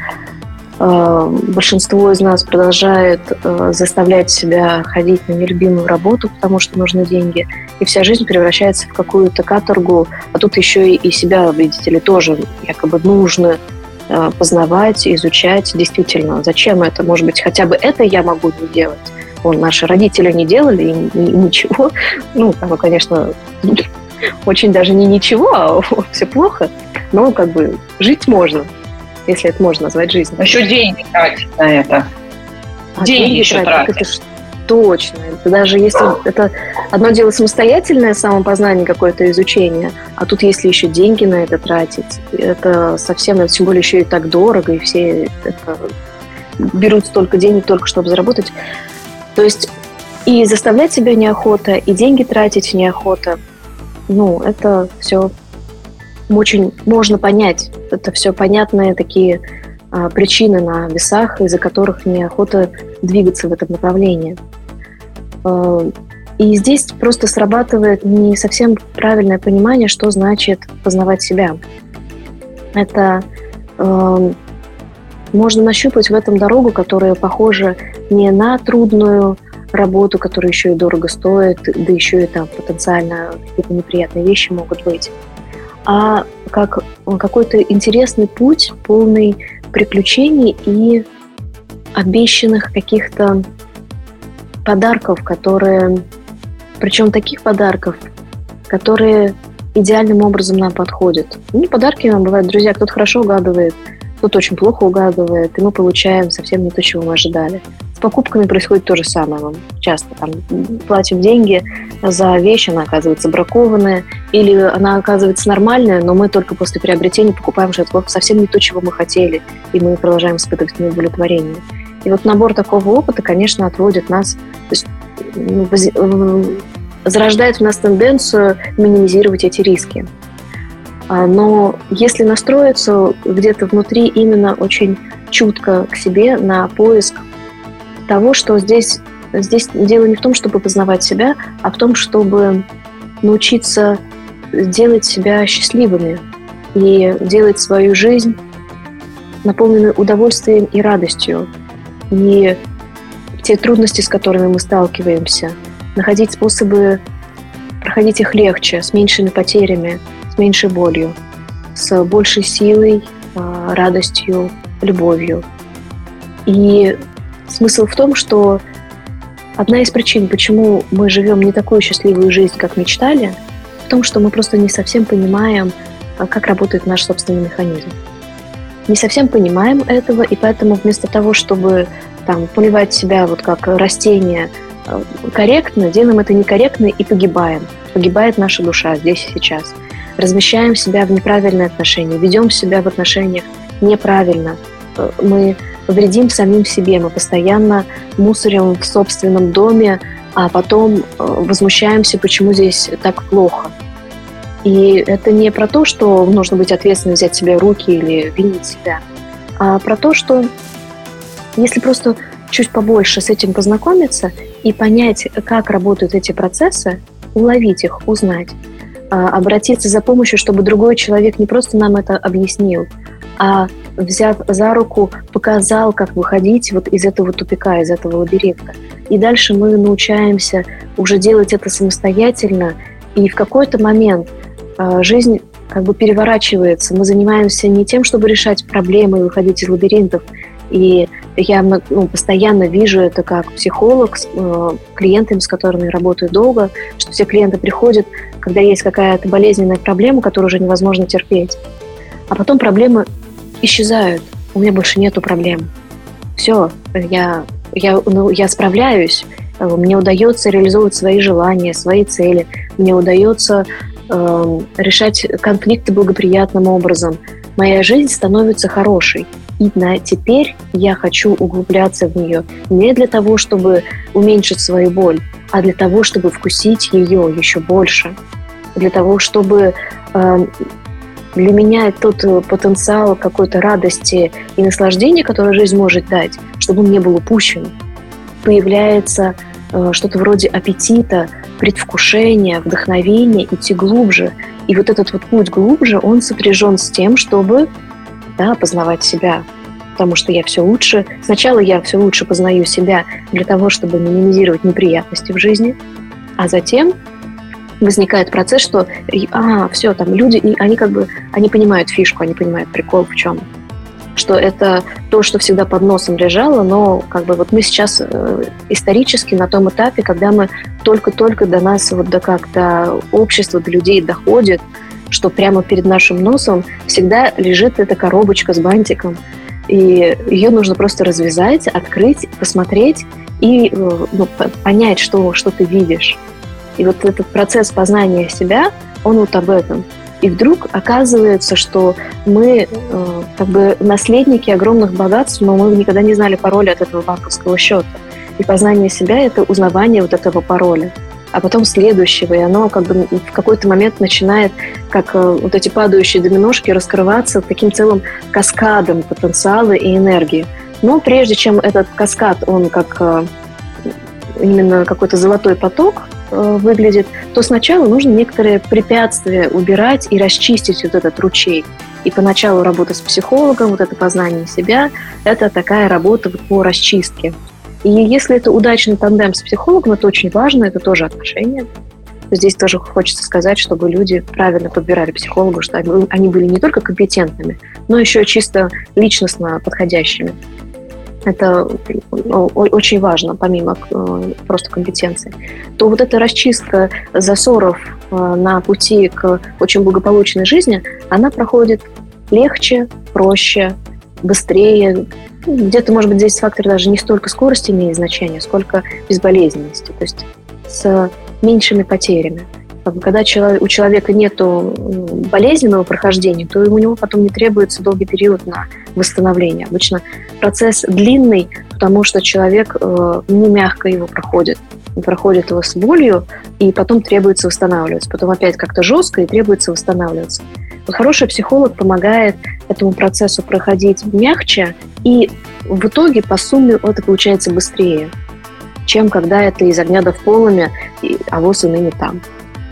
Большинство из нас продолжает заставлять себя ходить на нелюбимую работу, потому что нужны деньги. И вся жизнь превращается в какую-то каторгу. А тут еще и себя, видите ли, тоже якобы нужно познавать, изучать. Действительно, зачем это? Может быть, хотя бы это я могу не делать. Вон, наши родители не делали и ничего. Ну, там, конечно, очень даже не ничего, а все плохо. Но как бы жить можно. Если это можно назвать жизнью. Еще деньги тратить на это. А деньги, деньги еще тратить. Это ж точно. Это даже если это одно дело самостоятельное самопознание, какое-то изучение, а тут если еще деньги на это тратить, это совсем, это тем более еще и так дорого, и все это берут столько денег только чтобы заработать. То есть и заставлять себя неохота, и деньги тратить неохота. Ну, это все очень можно понять. Это все понятные такие а, причины на весах, из-за которых неохота двигаться в этом направлении. А, и здесь просто срабатывает не совсем правильное понимание, что значит познавать себя. Это а, можно нащупать в этом дорогу, которая похожа не на трудную работу, которая еще и дорого стоит, да еще и там потенциально какие-то неприятные вещи могут быть, а как какой-то интересный путь, полный приключений и обещанных каких-то подарков, которые... Причем таких подарков, которые идеальным образом нам подходят. Ну, подарки нам бывают, друзья, кто-то хорошо угадывает, кто-то очень плохо угадывает, и мы получаем совсем не то, чего мы ожидали. С покупками происходит то же самое. Мы часто там платим деньги за вещь, она оказывается бракованная, или она оказывается нормальная, но мы только после приобретения покупаем что-то совсем не то, чего мы хотели, и мы продолжаем испытывать неудовлетворение. И вот набор такого опыта, конечно, отводит нас, то есть, зарождает в нас тенденцию минимизировать эти риски. Но если настроиться где-то внутри именно очень чутко к себе на поиск того, что здесь, здесь дело не в том, чтобы познавать себя, а в том, чтобы научиться делать себя счастливыми и делать свою жизнь наполненной удовольствием и радостью. И те трудности, с которыми мы сталкиваемся, находить способы проходить их легче, с меньшими потерями, с меньшей болью, с большей силой, радостью, любовью. И смысл в том, что одна из причин, почему мы живем не такую счастливую жизнь, как мечтали, в том, что мы просто не совсем понимаем, как работает наш собственный механизм. Не совсем понимаем этого, и поэтому вместо того, чтобы там, поливать себя вот как растение корректно, делаем это некорректно и погибаем. Погибает наша душа здесь и сейчас. Размещаем себя в неправильные отношения, ведем себя в отношениях неправильно. Мы вредим самим себе, мы постоянно мусорим в собственном доме, а потом возмущаемся, почему здесь так плохо. И это не про то, что нужно быть ответственным, взять себя в руки или винить себя, а про то, что если просто чуть побольше с этим познакомиться и понять, как работают эти процессы, уловить их, узнать, обратиться за помощью, чтобы другой человек не просто нам это объяснил, а, взяв за руку, показал, как выходить вот из этого тупика, из этого лабиринта. И дальше мы научаемся уже делать это самостоятельно, и в какой-то момент э, жизнь как бы переворачивается. Мы занимаемся не тем, чтобы решать проблемы и выходить из лабиринтов. И я ну, постоянно вижу это как психолог с э, клиентами, с которыми работаю долго, что все клиенты приходят, когда есть какая-то болезненная проблема, которую уже невозможно терпеть. А потом проблемы исчезают. У меня больше нету проблем. Все, я, я, ну, я справляюсь. Мне удается реализовывать свои желания, свои цели. Мне удается э, решать конфликты благоприятным образом. Моя жизнь становится хорошей. И на, теперь я хочу углубляться в нее не для того, чтобы уменьшить свою боль, а для того, чтобы вкусить ее еще больше. Для того, чтобы э, для меня тот потенциал какой-то радости и наслаждения, который жизнь может дать, чтобы он не был упущен. Появляется э, что-то вроде аппетита, предвкушения, вдохновения, идти глубже. И вот этот вот путь глубже, он сопряжен с тем, чтобы да, познавать себя. Потому что я все лучше... Сначала я все лучше познаю себя для того, чтобы минимизировать неприятности в жизни, а затем возникает процесс, что а, все, там люди, они как бы, они понимают фишку, они понимают прикол в чем. Что это то, что всегда под носом лежало, но как бы вот мы сейчас э, исторически на том этапе, когда мы только-только до нас, вот до как до общества, до людей доходит, что прямо перед нашим носом всегда лежит эта коробочка с бантиком, и ее нужно просто развязать, открыть, посмотреть и ну, понять, что, что ты видишь. И вот этот процесс познания себя, он вот об этом. И вдруг оказывается, что мы э, как бы наследники огромных богатств, но мы никогда не знали пароля от этого банковского счета. И познание себя – это узнавание вот этого пароля. А потом следующего, и оно как бы в какой-то момент начинает, как э, вот эти падающие доминошки, раскрываться таким целым каскадом потенциала и энергии. Но прежде чем этот каскад, он как э, именно какой-то золотой поток э, выглядит, то сначала нужно некоторые препятствия убирать и расчистить вот этот ручей. И поначалу работа с психологом, вот это познание себя, это такая работа по расчистке. И если это удачный тандем с психологом, это очень важно, это тоже отношения. Здесь тоже хочется сказать, чтобы люди правильно подбирали психолога, что они были не только компетентными, но еще чисто личностно подходящими. Это очень важно, помимо просто компетенции. То вот эта расчистка засоров на пути к очень благополучной жизни, она проходит легче, проще, быстрее. Где-то, может быть, здесь фактор даже не столько скорости имеет значение, сколько безболезненности, то есть с меньшими потерями. Когда у человека нет болезненного прохождения, то у него потом не требуется долгий период на восстановление. Обычно процесс длинный, потому что человек не мягко его проходит. Он проходит его с болью, и потом требуется восстанавливаться. Потом опять как-то жестко, и требуется восстанавливаться. Вот хороший психолог помогает этому процессу проходить мягче, и в итоге по сумме это получается быстрее, чем когда это из огня до в полымя, а воз и ныне там.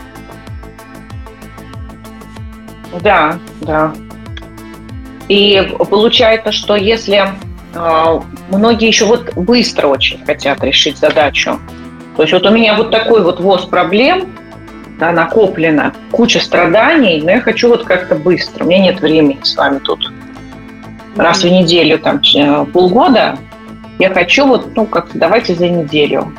Да, да. И получается, что если э, многие еще вот быстро очень хотят решить задачу, то есть вот у меня вот такой вот воз проблем, да, накоплено, куча страданий, но я хочу вот как-то быстро, у меня нет времени с вами тут раз в неделю, там, полгода, я хочу вот, ну, как-то давайте за неделю.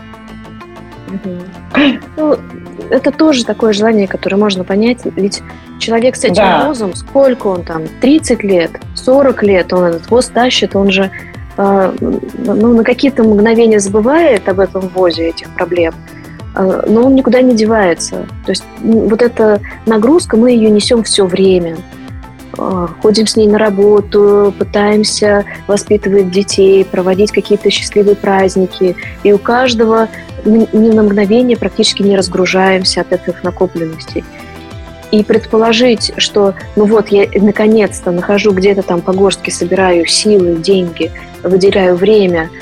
Ну, это тоже такое желание, которое можно понять, ведь человек с этим да. возом, сколько он там, тридцать лет, сорок лет, он этот воз тащит, он же э, ну, на какие-то мгновения забывает об этом возе, этих проблем, э, но он никуда не девается. То есть вот эта нагрузка, мы ее несем все время. Э, ходим с ней на работу, пытаемся воспитывать детей, проводить какие-то счастливые праздники, и у каждого ни на мгновение практически не разгружаемся от этих накопленностей. И предположить, что ну вот я наконец-то нахожу где-то там по горстке, собираю силы, деньги, выделяю время,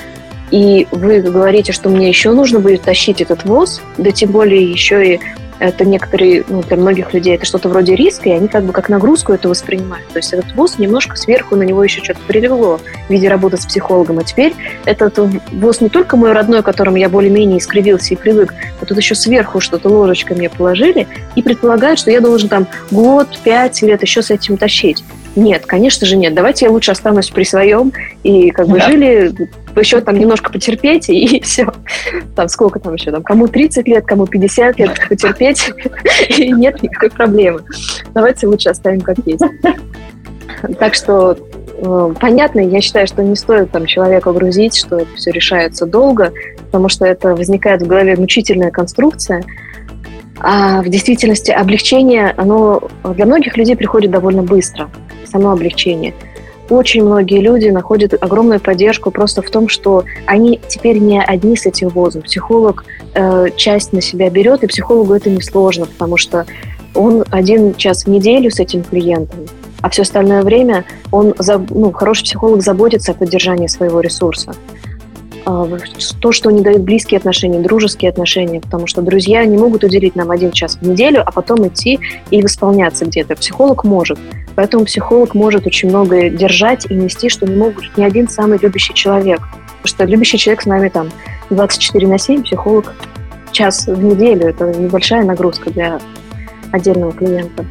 и вы говорите, что мне еще нужно будет тащить этот воз, да тем более еще и это некоторые, ну, для многих людей это что-то вроде риска, и они как бы как нагрузку это воспринимают. То есть этот воз немножко сверху на него еще что-то прилегло в виде работы с психологом. А теперь этот воз не только мой родной, к которому я более-менее искривился и привык, а тут еще сверху что-то ложечкой мне положили и предполагают, что я должен там год, пять лет еще с этим тащить. Нет, конечно же нет. Давайте я лучше останусь при своем и как бы да. жили, еще там немножко потерпеть, и все. Там сколько там еще? Там, кому тридцать лет, кому пятьдесят лет потерпеть, и нет никакой проблемы. Давайте лучше оставим как есть. Так что э, понятно, я считаю, что не стоит там человека грузить, что это все решается долго, потому что это возникает в голове мучительная конструкция. А в действительности облегчение, оно для многих людей приходит довольно быстро. Само облегчение. Очень многие люди находят огромную поддержку просто в том, что они теперь не одни с этим возом. Психолог э, часть на себя берет, и психологу это несложно, потому что он один час в неделю с этим клиентом, а все остальное время он, ну, хороший психолог заботится о поддержании своего ресурса. То, что не дают близкие отношения, дружеские отношения, потому что друзья не могут уделить нам один час в неделю, а потом идти и восполняться где-то. Психолог может. Поэтому психолог может очень многое держать и нести, что не могут ни один самый любящий человек. Потому что любящий человек с нами там двадцать четыре на семь, психолог час в неделю. Это небольшая нагрузка для отдельного клиента.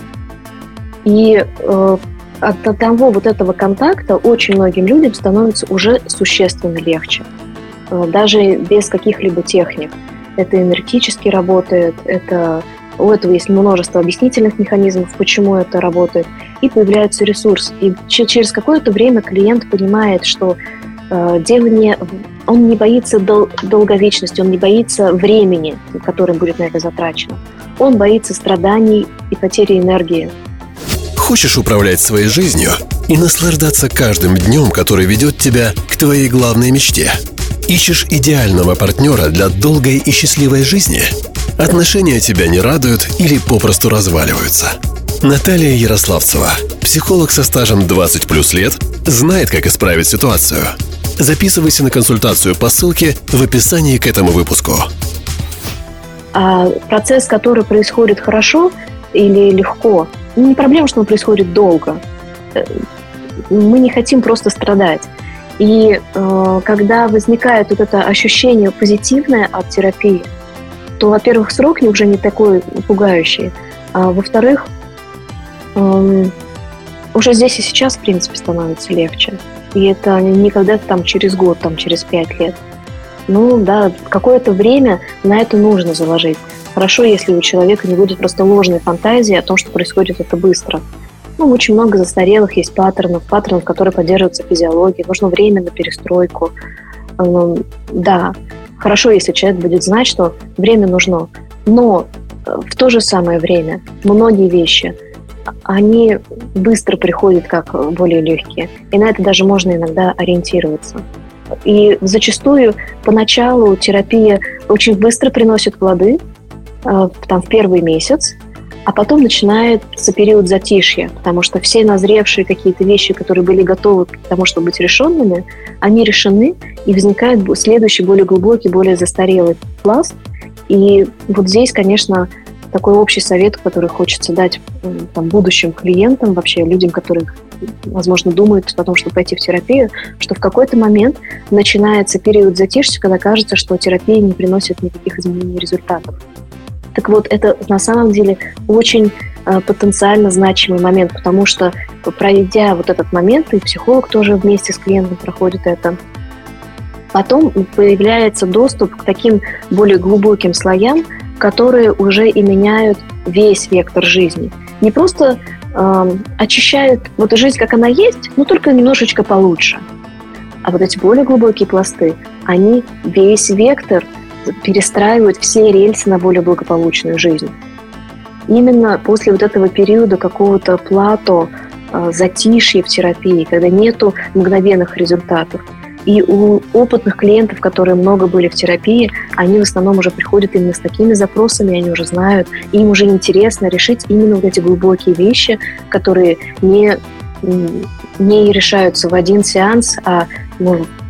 И э, от того вот этого контакта очень многим людям становится уже существенно легче. Даже без каких-либо техник. Это энергетически работает, это, у этого есть множество объяснительных механизмов, почему это работает, и появляется ресурс. И через какое-то время клиент понимает, что э, дело не... Он не боится дол- долговечности, он не боится времени, которое будет на это затрачено. Он боится страданий и потери энергии. Хочешь управлять своей жизнью и наслаждаться каждым днем, который ведет тебя к твоей главной мечте? Ищешь идеального партнера для долгой и счастливой жизни? Отношения тебя не радуют или попросту разваливаются? Наталья Ярославцева, психолог со стажем двадцать плюс лет, знает, как исправить ситуацию. Записывайся на консультацию по ссылке в описании к этому выпуску. А процесс, который происходит хорошо или легко, не проблема, что он происходит долго. Мы не хотим просто страдать. И э, когда возникает вот это ощущение позитивное от терапии, то, во-первых, срок уже не такой пугающий, а во-вторых, э, уже здесь и сейчас, в принципе, становится легче. И это не когда-то там через год, там через пять лет. Ну да, какое-то время на это нужно заложить. Хорошо, если у человека не будет просто ложной фантазии о том, что происходит это быстро. Ну, очень много застарелых есть паттернов, паттернов, которые поддерживаются физиологией. Нужно время на перестройку. Да, хорошо, если человек будет знать, что время нужно. Но в то же самое время многие вещи, они быстро приходят как более легкие. И на это даже можно иногда ориентироваться. И зачастую поначалу терапия очень быстро приносит плоды, там, в первый месяц, а потом начинается период затишья, потому что все назревшие какие-то вещи, которые были готовы к тому, чтобы быть решенными, они решены, и возникает следующий, более глубокий, более застарелый пласт. И вот здесь, конечно, такой общий совет, который хочется дать там, будущим клиентам, вообще людям, которые, возможно, думают о том, чтобы пойти в терапию, что в какой-то момент начинается период затишья, когда кажется, что терапия не приносит никаких изменений результатов. Так вот, это на самом деле очень э, потенциально значимый момент, потому что, пройдя вот этот момент, и психолог тоже вместе с клиентом проходит это, потом появляется доступ к таким более глубоким слоям, которые уже и меняют весь вектор жизни. Не просто э, очищают вот жизнь, как она есть, но только немножечко получше. А вот эти более глубокие пласты, они весь вектор перестраивают, все рельсы на более благополучную жизнь. Именно после вот этого периода какого-то плато, э, затишья в терапии, когда нету мгновенных результатов, и у опытных клиентов, которые много были в терапии, они в основном уже приходят именно с такими запросами, они уже знают, им уже интересно решить именно вот эти глубокие вещи, которые не, не решаются в один сеанс, а ну,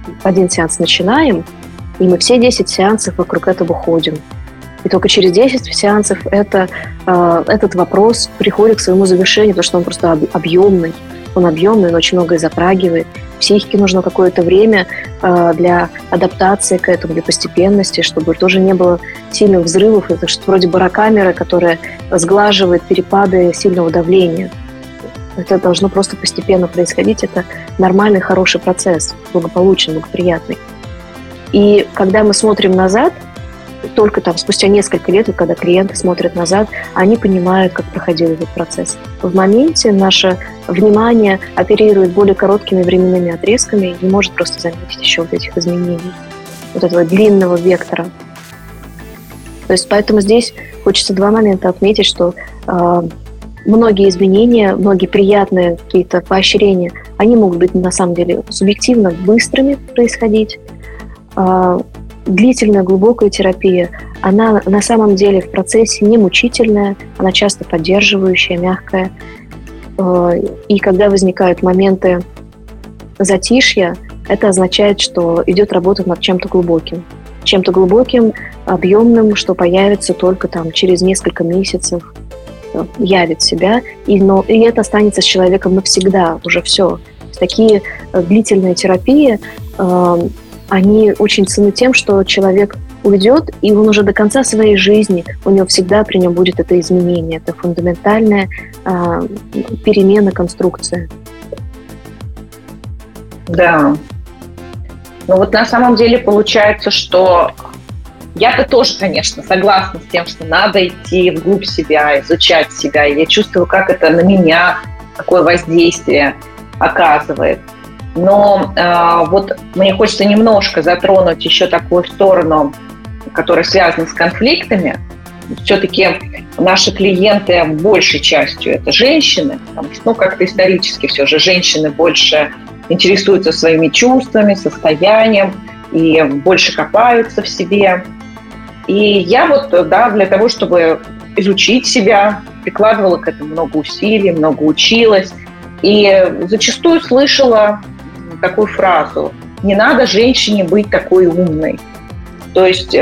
один сеанс начинаем, и мы все десять сеансов вокруг этого ходим. И только через десять сеансов это, э, этот вопрос приходит к своему завершению, потому что он просто объемный. Он объемный, он очень многое затрагивает. Психике нужно какое-то время э, для адаптации к этому, для постепенности, чтобы тоже не было сильных взрывов. Это что-то вроде барокамеры, которая сглаживает перепады сильного давления. Это должно просто постепенно происходить. Это нормальный, хороший процесс, благополучный, благоприятный. И когда мы смотрим назад, только там спустя несколько лет, вот когда клиенты смотрят назад, они понимают, как проходил этот процесс. В моменте наше внимание оперирует более короткими временными отрезками и не может просто заметить еще вот этих изменений, вот этого длинного вектора. То есть поэтому здесь хочется два момента отметить, что э, многие изменения, многие приятные какие-то поощрения, они могут быть на самом деле субъективно быстрыми происходить. Э, Длительная, глубокая терапия, она на самом деле в процессе не мучительная, она часто поддерживающая, мягкая. И когда возникают моменты затишья, это означает, что идет работа над чем-то глубоким. Чем-то глубоким, объемным, что появится только там через несколько месяцев, явит себя, и, но, и это останется с человеком навсегда, уже все. Такие длительные терапии они очень ценны тем, что человек уйдет, и он уже до конца своей жизни, у него всегда при нем будет это изменение, это фундаментальная э, перемена конструкции. Да. Ну вот на самом деле получается, что я-то тоже, конечно, согласна с тем, что надо идти вглубь себя, изучать себя. И я чувствую, как это на меня, какое воздействие оказывает. Но э, вот мне хочется немножко затронуть еще такую сторону, которая связана с конфликтами. Все-таки наши клиенты большей частью это женщины, потому что, ну, как-то исторически все же женщины больше интересуются своими чувствами, состоянием и больше копаются в себе. И я вот, да, для того, чтобы изучить себя, прикладывала к этому много усилий, много училась. И зачастую слышала такую фразу: не надо женщине быть такой умной. То есть,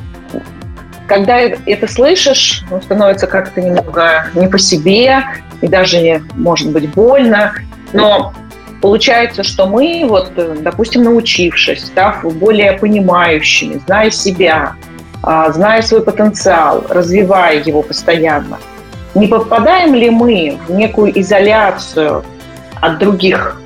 когда это слышишь, ну, становится как-то немного не по себе, и даже, может быть, больно. Но получается, что мы, вот, допустим, научившись, став более понимающими, зная себя, зная свой потенциал, развивая его постоянно, не попадаем ли мы в некую изоляцию от других,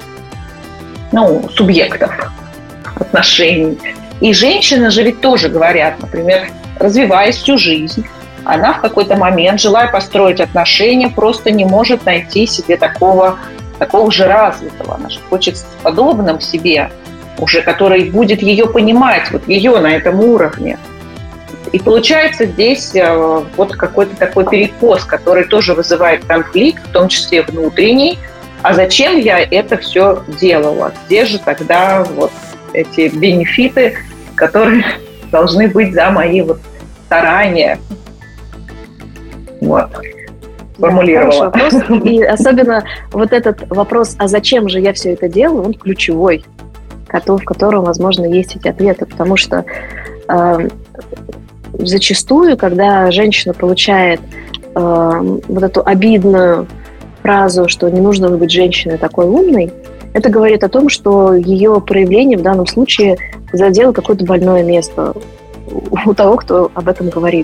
ну, субъектов отношений? И женщины же ведь тоже говорят, например, развиваясь всю жизнь, она в какой-то момент, желая построить отношения, просто не может найти себе такого, такого же развитого. Она же хочет с подобным себе уже, который будет ее понимать, вот ее на этом уровне. И получается здесь вот какой-то такой перекос, который тоже вызывает конфликт, в том числе внутренний. А зачем я это все делала? Где же тогда вот эти бенефиты, которые должны быть за мои вот старания? Вот. Формулировала. Да, хороший вопрос. И особенно вот этот вопрос, а зачем же я все это делаю, он ключевой, в котором, возможно, есть эти ответы. Потому что э, зачастую, когда женщина получает э, вот эту обидную фразу, что не нужно быть женщиной такой умной, это говорит о том, что ее проявление в данном случае задело какое-то больное место у того, кто об этом говорит.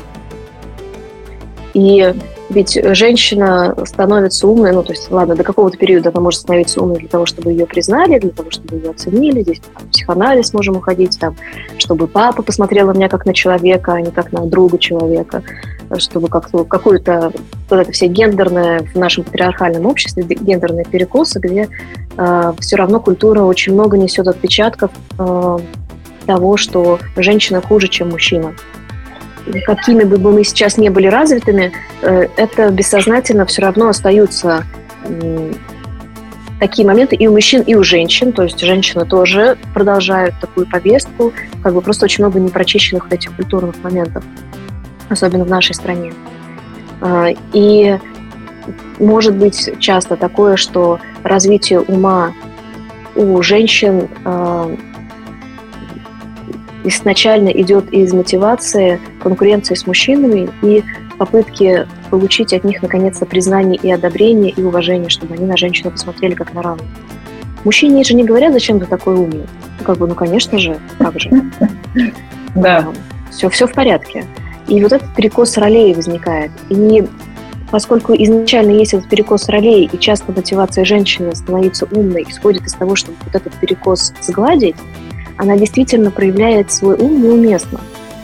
И ведь женщина становится умной, ну, то есть, ладно, до какого-то периода она может становиться умной для того, чтобы ее признали, для того, чтобы ее оценили. Здесь в психоанализ можем уходить, там, чтобы папа посмотрел на меня как на человека, а не как на друга человека, чтобы как-то, какое-то вот это все гендерное в нашем патриархальном обществе, гендерные перекосы, где э, все равно культура очень много несет отпечатков э, того, что женщина хуже, чем мужчина. Какими бы мы сейчас не были развитыми, это бессознательно все равно остаются такие моменты и у мужчин, и у женщин. То есть женщины тоже продолжают такую повестку, как бы просто очень много непрочищенных этих культурных моментов, особенно в нашей стране. И может быть часто такое, что развитие ума у женщин изначально идет из мотивации конкуренции с мужчинами и попытки получить от них, наконец-то, признание и одобрение, и уважение, чтобы они на женщину посмотрели как на равную. Мужчине же не говорят, зачем ты такой умный. Ну, как бы, ну, конечно же, как же. Да. Все, все в порядке. И вот этот перекос ролей возникает. И поскольку изначально есть этот перекос ролей, и часто мотивация женщины становиться умной исходит из того, чтобы вот этот перекос сгладить, она действительно проявляет свой ум неуместно.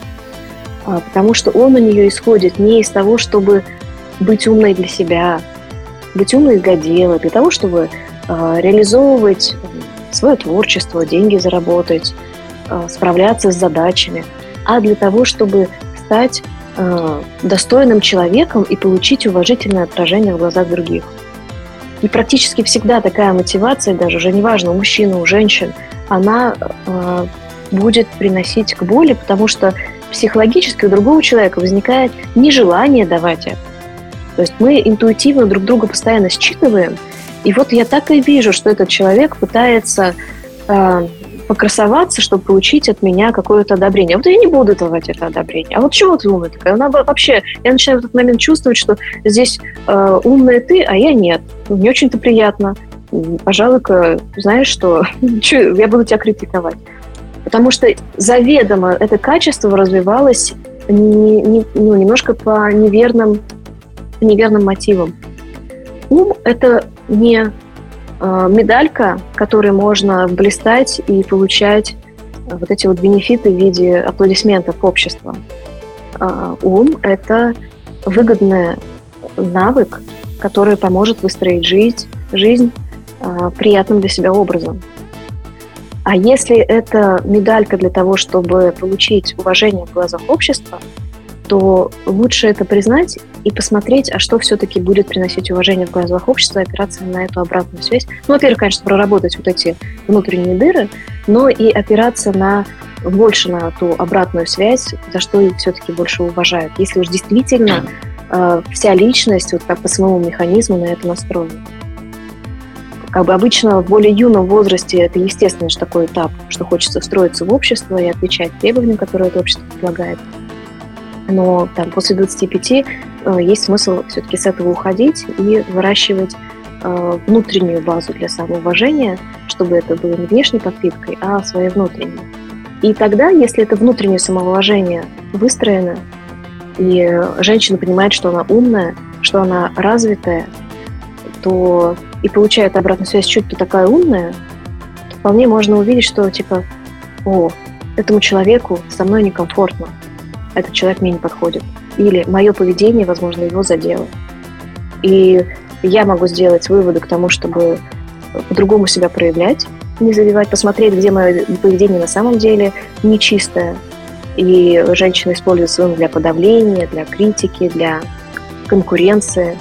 Потому что он у нее исходит не из того, чтобы быть умной для себя, быть умной для дела, для того, чтобы э, реализовывать свое творчество, деньги заработать, э, справляться с задачами, а для того, чтобы стать э, достойным человеком и получить уважительное отражение в глазах других. И практически всегда такая мотивация, даже уже неважно, у мужчин, у женщин, она э, будет приносить к боли, потому что психологически у другого человека возникает нежелание давать это. То есть мы интуитивно друг друга постоянно считываем, и вот я так и вижу, что этот человек пытается э, покрасоваться, чтобы получить от меня какое-то одобрение. А вот я не буду давать это одобрение. А вот чего ты умная такая? Она вообще, я начинаю в этот момент чувствовать, что здесь э, умная ты, а я нет. Не очень-то приятно. Пожалуй-ка, знаешь что, я буду тебя критиковать. Потому что заведомо это качество развивалось не, не, ну, немножко по неверным, неверным мотивам. Ум – это не э, медалька, которой можно блистать и получать э, вот эти вот бенефиты в виде аплодисментов общества. Э, ум – это выгодный навык, который поможет выстроить жизнь, жизнь э, приятным для себя образом. А если это медалька для того, чтобы получить уважение в глазах общества, то лучше это признать и посмотреть, а что все-таки будет приносить уважение в глазах общества, опираться на эту обратную связь. Ну, во-первых, конечно, проработать вот эти внутренние дыры, но и опираться на больше на ту обратную связь, за что их все-таки больше уважают. Если уж действительно э, вся личность вот как по самому механизму на это настроена. Как бы обычно в более юном возрасте это естественно же такой этап, что хочется встроиться в общество и отвечать требованиям, которые это общество предлагает. Но там, после двадцати пяти э, есть смысл все-таки с этого уходить и выращивать э, внутреннюю базу для самоуважения, чтобы это было не внешней подпиткой, а своей внутренней. И тогда, если это внутреннее самоуважение выстроено, и женщина понимает, что она умная, что она развитая, то и получает обратную связь, что ты такая умная, то вполне можно увидеть, что типа, о, этому человеку со мной некомфортно, этот человек мне не подходит. Или мое поведение, возможно, его задело. И я могу сделать выводы к тому, чтобы по-другому себя проявлять, не завивать, посмотреть, где мое поведение на самом деле нечистое. И женщина использует свой ум для подавления, для критики, для конкуренции,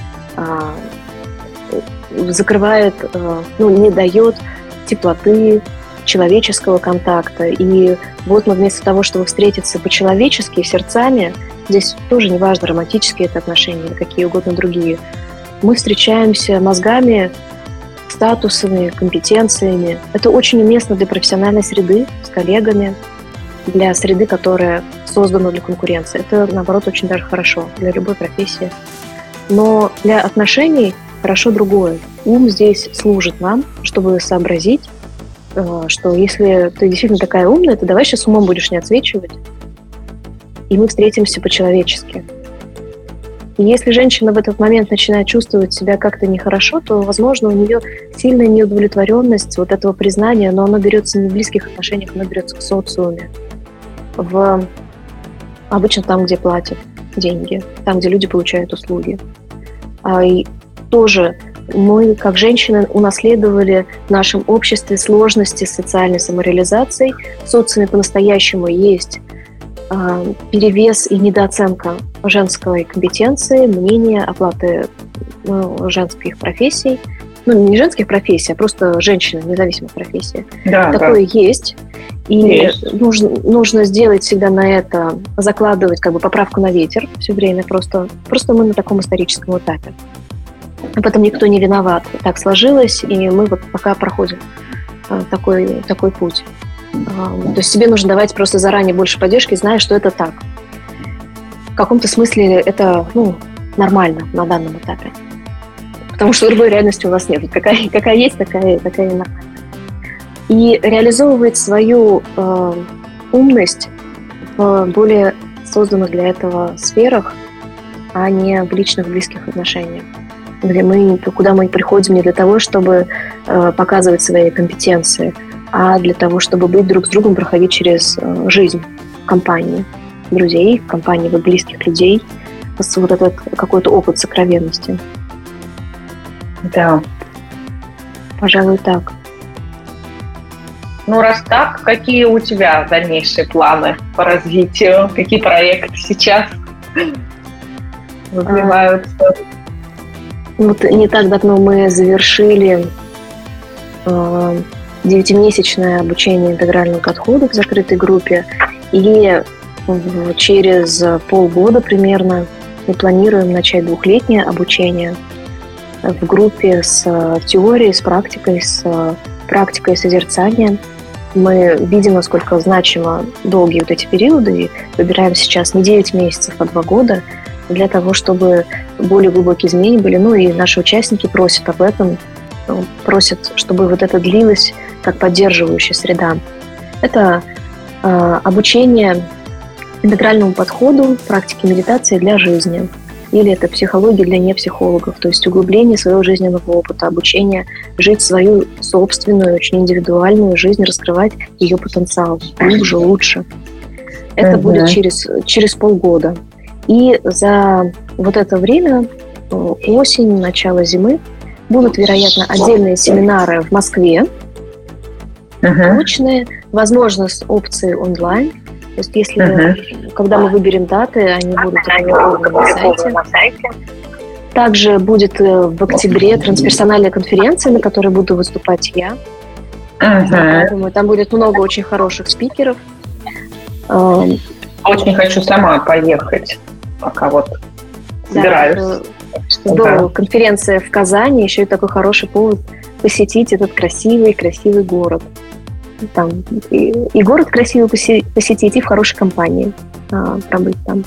закрывает, ну, не дает теплоты, человеческого контакта. И вот мы вместо того, чтобы встретиться по-человечески, сердцами, здесь тоже не важно, романтические это отношения или какие угодно другие, мы встречаемся мозгами, статусами, компетенциями. Это очень уместно для профессиональной среды, с коллегами, для среды, которая создана для конкуренции. Это, наоборот, очень даже хорошо для любой профессии. Но для отношений хорошо другое. Ум здесь служит нам, чтобы сообразить, что если ты действительно такая умная, то давай сейчас умом будешь не отсвечивать, и мы встретимся по-человечески. И если женщина в этот момент начинает чувствовать себя как-то нехорошо, то, возможно, у нее сильная неудовлетворенность вот этого признания, но оно берется не в близких отношениях, оно берется в социуме. В... Обычно там, где платят деньги, там, где люди получают услуги. И тоже мы, как женщины, унаследовали в нашем обществе сложности с социальной самореализацией. В социуме по-настоящему есть э, перевес и недооценка женской компетенции, мнения, оплаты ну, женских профессий. Ну, не женских профессий, а просто женщины, независимых профессий. Да, такое да. есть. И есть. Нужно, нужно сделать всегда на это, закладывать как бы поправку на ветер все время. Просто, просто мы на таком историческом этапе. Об этом никто не виноват. Так сложилось, и мы вот пока проходим такой, такой путь. То есть тебе нужно давать просто заранее больше поддержки, зная, что это так. В каком-то смысле это ну, нормально на данном этапе. Потому что другой реальности у вас нет. Какая, какая есть, такая, такая и нормальная. И реализовывать свою э, умность в более созданных для этого сферах, а не в личных близких отношениях, где мы, куда мы приходим не для того, чтобы э, показывать свои компетенции, а для того, чтобы быть друг с другом, проходить через э, жизнь в компании друзей, в компании близких людей, вот этот какой-то опыт сокровенности. Да. Пожалуй, так. Ну, раз так, какие у тебя дальнейшие планы по развитию? Какие проекты сейчас развиваются? А, вот не так давно мы завершили э, девятимесячное обучение интегральному подходу в закрытой группе, и э, через полгода примерно мы планируем начать двухлетнее обучение в группе с теорией, с практикой, с практикой созерцания. Мы видим, насколько значимо долгие вот эти периоды, и выбираем сейчас не девять месяцев, а два года для того, чтобы более глубокие изменения были. Ну и наши участники просят об этом, просят, чтобы вот это длилось как поддерживающая среда. Это э, обучение интегральному подходу, практике медитации для жизни. Или это психология для непсихологов, то есть углубление своего жизненного опыта, обучение жить свою собственную, очень индивидуальную жизнь, раскрывать ее потенциал глубже, лучше. Это uh-huh. будет через, через полгода. И за вот это время, осень, начало зимы, будут, вероятно, отдельные семинары в Москве, uh-huh. очные, возможно, с опцией онлайн. То есть если, uh-huh. когда мы выберем даты, они будут опубликованы на сайте. Также будет в октябре трансперсональная конференция, на которой буду выступать я. Uh-huh. Думаю, там будет много очень хороших спикеров. Очень хочу сама поехать, пока вот собираюсь. Да, здорово. Конференция в Казани, еще и такой хороший повод посетить этот красивый, красивый город. Там и, и город красивый посетить, и в хорошей компании а, пробыть там.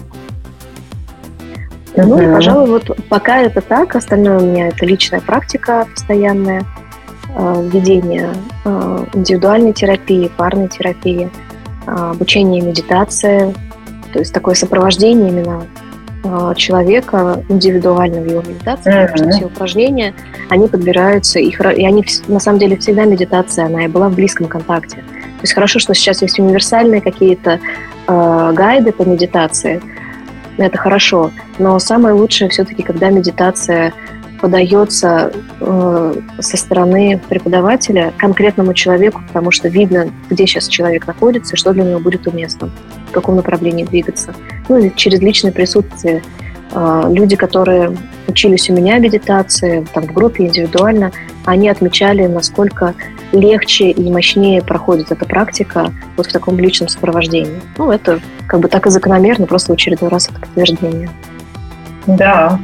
Uh-huh. Ну и, пожалуй, вот пока это так, остальное у меня это личная практика постоянная, а, ведение а, индивидуальной терапии, парной терапии, а, обучение медитации, то есть такое сопровождение именно а, человека индивидуально в его медитации, uh-huh. потому что все упражнения, они подбираются, и, и они, на самом деле, всегда медитация, она и была в близком контакте. То есть хорошо, что сейчас есть универсальные какие-то э, гайды по медитации, это хорошо, но самое лучшее все-таки, когда медитация подается э, со стороны преподавателя конкретному человеку, потому что видно, где сейчас человек находится, и что для него будет уместно, в каком направлении двигаться. Ну и через личное присутствие. Люди, которые учились у меня медитации, там в группе индивидуально, они отмечали, насколько легче и мощнее проходит эта практика вот в таком личном сопровождении. Ну, это как бы так и закономерно, просто в очередной раз это подтверждение. Да.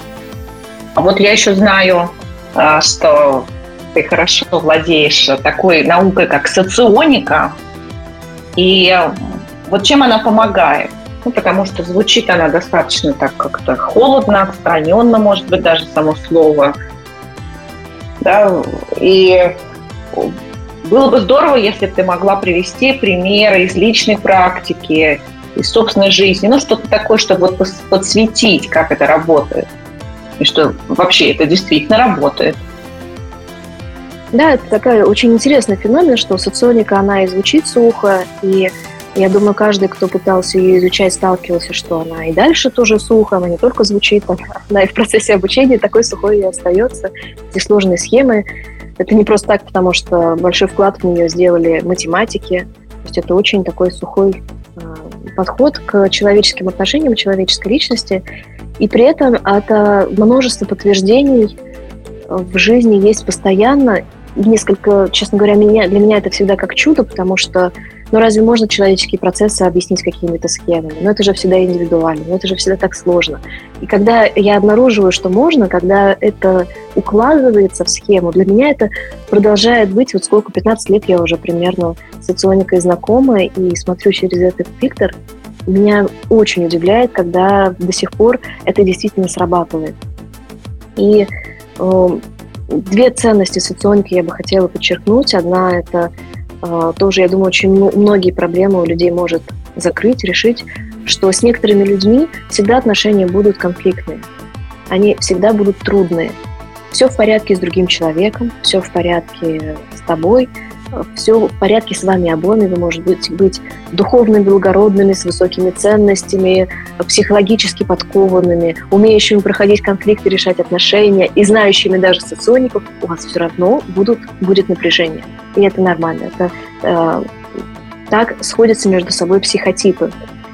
А вот я еще знаю, что ты хорошо владеешь такой наукой, как соционика, и вот чем она помогает? Ну, потому что звучит она достаточно так как-то холодно, отстраненно, может быть, даже само слово. Да? И было бы здорово, если бы ты могла привести примеры из личной практики, из собственной жизни, ну, что-то такое, чтобы вот подсветить, как это работает, и что вообще это действительно работает. Да, это такая очень интересный феномен, что соционика, она и звучит сухо, и я думаю, каждый, кто пытался ее изучать, сталкивался, что она и дальше тоже сухо, она не только звучит, она и в процессе обучения такой сухой и остается. Эти сложные схемы. Это не просто так, потому что большой вклад в нее сделали математики. То есть это очень такой сухой э, подход к человеческим отношениям, человеческой личности. И при этом это множество подтверждений в жизни есть постоянно, несколько, честно говоря, меня, для меня это всегда как чудо, потому что, ну разве можно человеческие процессы объяснить какими-то схемами? Ну это же всегда индивидуально, ну это же всегда так сложно. И когда я обнаруживаю, что можно, когда это укладывается в схему, для меня это продолжает быть, вот сколько, пятнадцать лет я уже примерно с соционикой знакома и смотрю через этот фильтр, меня очень удивляет, когда до сих пор это действительно срабатывает. И э, две ценности соционики я бы хотела подчеркнуть. Одна – это э, тоже, я думаю, очень многие проблемы у людей может закрыть, решить, что с некоторыми людьми всегда отношения будут конфликтные. Они всегда будут трудные. Все в порядке с другим человеком, все в порядке с тобой, все в порядке с вами обоими, вы можете быть, быть духовными, благородными, с высокими ценностями, психологически подкованными, умеющими проходить конфликты, решать отношения и знающими даже социоников, у вас все равно будут, будет напряжение. И это нормально. Это, э, так сходятся между собой психотипы.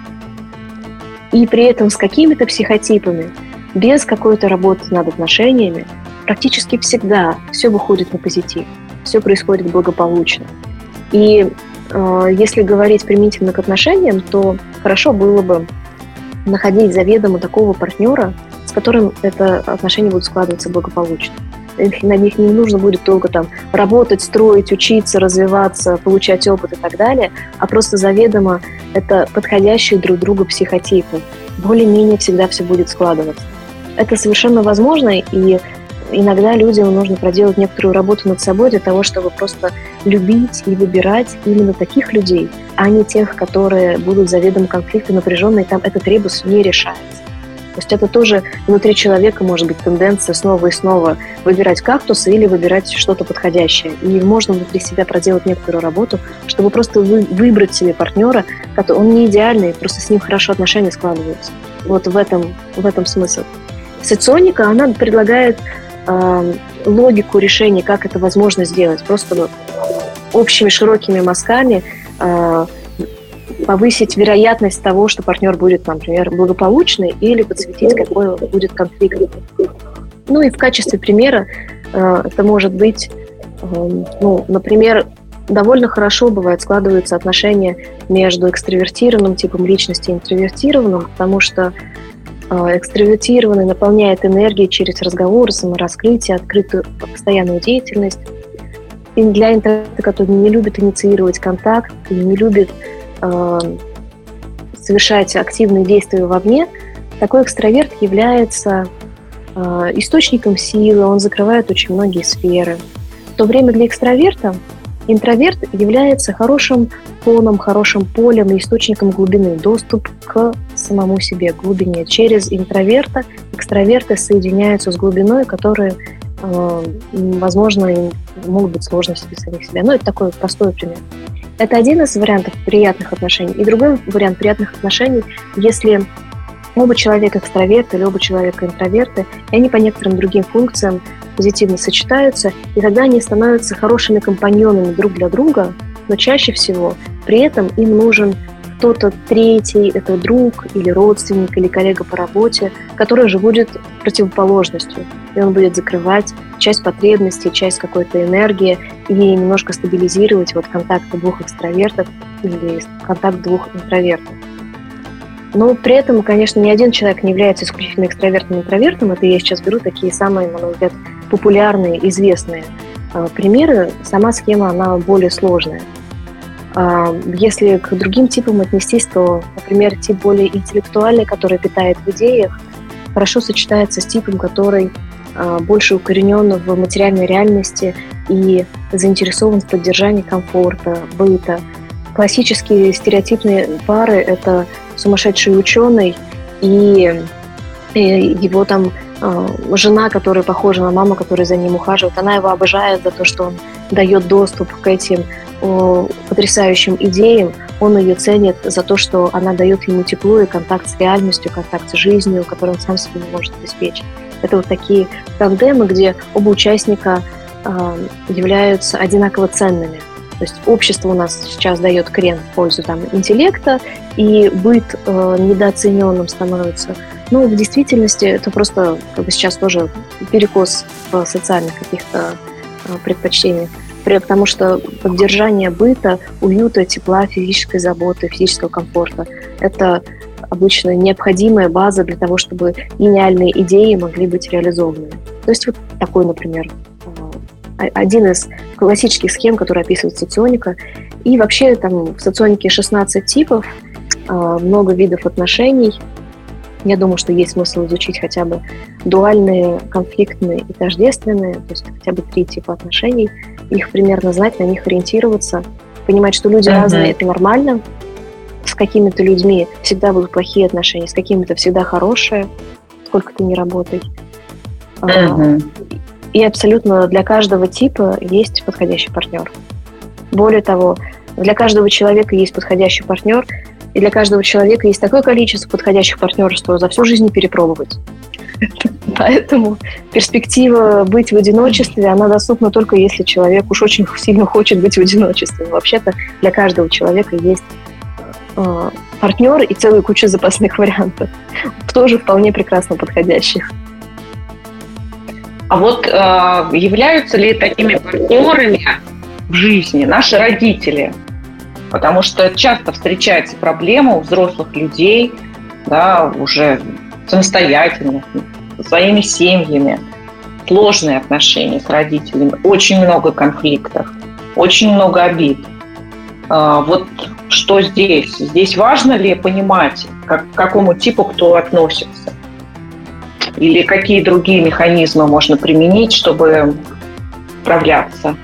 И при этом с какими-то психотипами, без какой-то работы над отношениями, практически всегда все выходит на позитив. Все происходит благополучно. И э, если говорить применительно к отношениям, то хорошо было бы находить заведомо такого партнера, с которым это отношения будут складываться благополучно. На них не нужно будет долго там работать, строить, учиться, развиваться, получать опыт и так далее, а просто заведомо это подходящие друг другу психотипы. Более-менее всегда все будет складываться. Это совершенно возможно, и иногда людям нужно проделать некоторую работу над собой для того, чтобы просто любить и выбирать именно таких людей, а не тех, которые будут заведомо конфликты напряженные, и там этот ребус не решается. То есть это тоже внутри человека может быть тенденция снова и снова выбирать кактусы или выбирать что-то подходящее. И можно внутри себя проделать некоторую работу, чтобы просто вы, выбрать себе партнера, который, он не идеальный, просто с ним хорошо отношения складываются. Вот в этом, в этом смысл. Соционика, она предлагает э, логику решения, как это возможно сделать. Просто вот общими широкими мазками э, повысить вероятность того, что партнер будет, например, благополучный, или подсветить, какой будет конфликт. Ну и в качестве примера э, это может быть, э, ну, например, довольно хорошо бывает складываются отношения между экстравертированным типом личности и интровертированным, потому что э, экстравертированный наполняет энергией через разговоры, самораскрытие, открытую постоянную деятельность. И для интроверта, который не любит инициировать контакт и не любит совершать активные действия вовне, такой экстраверт является э, источником силы, он закрывает очень многие сферы. В то время для экстраверта интроверт является хорошим фоном, хорошим полем и источником глубины, доступ к самому себе, к глубине. Через интроверта экстраверты соединяются с глубиной, которые, э, возможно, могут быть сложностями самих себя. Ну, это такой простой пример. Это один из вариантов приятных отношений. И другой вариант приятных отношений, если оба человека экстраверты или оба человека интроверты, и они по некоторым другим функциям позитивно сочетаются, и тогда они становятся хорошими компаньонами друг для друга, но чаще всего при этом им нужен кто-то третий, это друг или родственник или коллега по работе, который же будет противоположностью, и он будет закрывать часть потребностей, часть какой-то энергии и немножко стабилизировать вот контакт двух экстравертов или контакт двух интровертов. Но при этом, конечно, ни один человек не является исключительно экстравертом и интровертом. Это я сейчас беру такие самые, на мой взгляд, популярные, известные э, примеры. Сама схема, она более сложная. Э, если к другим типам отнестись, то, например, тип более интеллектуальный, который питает в идеях, хорошо сочетается с типом, который э, больше укоренен в материальной реальности и заинтересован в поддержании комфорта, быта. Классические стереотипные пары – это сумасшедший ученый и, и его там э, жена, которая похожа на маму, которая за ним ухаживает. Она его обожает за то, что он дает доступ к этим э, потрясающим идеям. Он ее ценит за то, что она дает ему тепло и контакт с реальностью, контакт с жизнью, который он сам себе не может обеспечить. Это вот такие тандемы, где оба участника э, являются одинаково ценными. То есть общество у нас сейчас дает крен в пользу там, интеллекта, и быт э, недооцененным становится. Но в действительности это просто как бы сейчас тоже перекос в социальных каких-то предпочтения. Потому что поддержание быта, уюта, тепла, физической заботы, физического комфорта – это обычно необходимая база для того, чтобы гениальные идеи могли быть реализованы. То есть вот такой, например, один из классических схем, который описывает соционика. И вообще там в соционике шестнадцать типов, много видов отношений. Я думаю, что есть смысл изучить хотя бы дуальные, конфликтные и тождественные, то есть хотя бы три типа отношений, их примерно знать, на них ориентироваться, понимать, что люди uh-huh. разные, это нормально. С какими-то людьми всегда будут плохие отношения, с какими-то всегда хорошие, сколько ты ни работай. Uh-huh. И абсолютно для каждого типа есть подходящий партнер. Более того, для каждого человека есть подходящий партнер, и для каждого человека есть такое количество подходящих партнеров, что за всю жизнь не перепробовать. Поэтому перспектива быть в одиночестве, она доступна только если человек уж очень сильно хочет быть в одиночестве. Вообще-то для каждого человека есть э, партнер и целая куча запасных вариантов, тоже вполне прекрасно подходящих. А вот э, являются ли такими партнерами в жизни наши родители? Потому что часто встречается проблема у взрослых людей, да, уже самостоятельных, со своими семьями, сложные отношения с родителями, очень много конфликтов, очень много обид. А, вот что здесь? Здесь важно ли понимать, как, к какому типу кто относится? Или какие другие механизмы можно применить, чтобы справляться?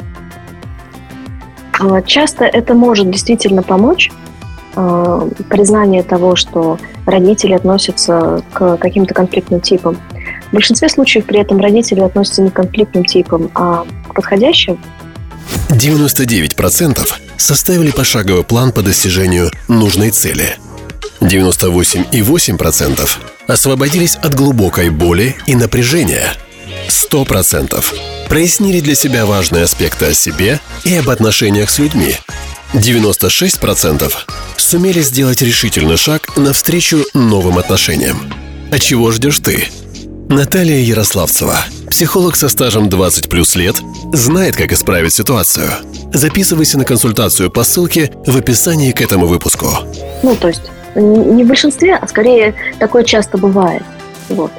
Часто это может действительно помочь. Признание того, что родители относятся к каким-то конфликтным типам. В большинстве случаев при этом родители относятся не к конфликтным типам, а к подходящим. девяносто девять процентов составили пошаговый план по достижению нужной цели. девяносто восемь целых восемь десятых процента освободились от глубокой боли и напряжения. сто процентов прояснили для себя важные аспекты о себе и об отношениях с людьми. девяносто шесть процентов сумели сделать решительный шаг навстречу новым отношениям. А чего ждешь ты? Наталья Ярославцева, психолог со стажем двадцать плюс лет, знает, как исправить ситуацию. Записывайся на консультацию по ссылке в описании к этому выпуску. Ну, то есть не в большинстве, а скорее такое часто бывает. Вот.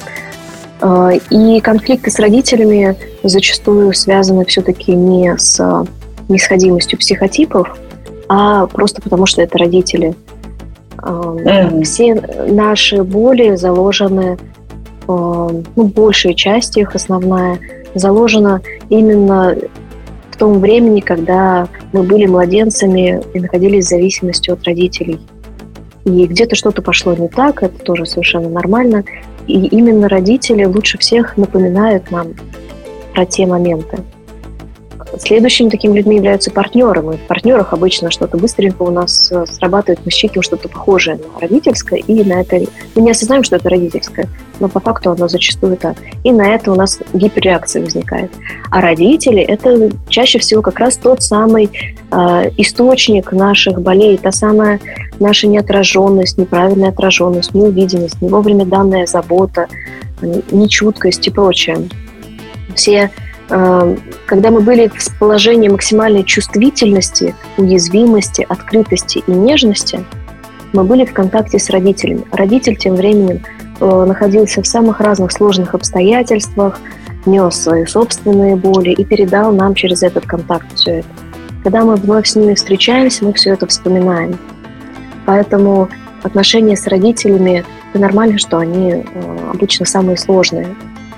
И конфликты с родителями зачастую связаны все-таки не с несходимостью психотипов, а просто потому, что это родители. Mm-hmm. Все наши боли заложены, ну, большая часть их, основная, заложена именно в том времени, когда мы были младенцами и находились в зависимости от родителей. И где-то что-то пошло не так, это тоже совершенно нормально. И именно родители лучше всех напоминают нам про те моменты. Следующими такими людьми являются партнеры. Мы в партнерах обычно что-то быстренько у нас срабатывает, мы считываем что-то похожее на родительское, и на это мы не осознаем, что это родительское, но по факту оно зачастую так. И на это у нас гиперреакция возникает. А родители – это чаще всего как раз тот самый э, источник наших болей, та самая наша неотраженность, неправильная отраженность, неувиденность, не вовремя данная забота, нечуткость и прочее. Все когда мы были в положении максимальной чувствительности, уязвимости, открытости и нежности, мы были в контакте с родителями. Родитель тем временем находился в самых разных сложных обстоятельствах, нес свои собственные боли и передал нам через этот контакт все это. Когда мы вновь с ними встречаемся, мы все это вспоминаем. Поэтому отношения с родителями – это нормально, что они обычно самые сложные.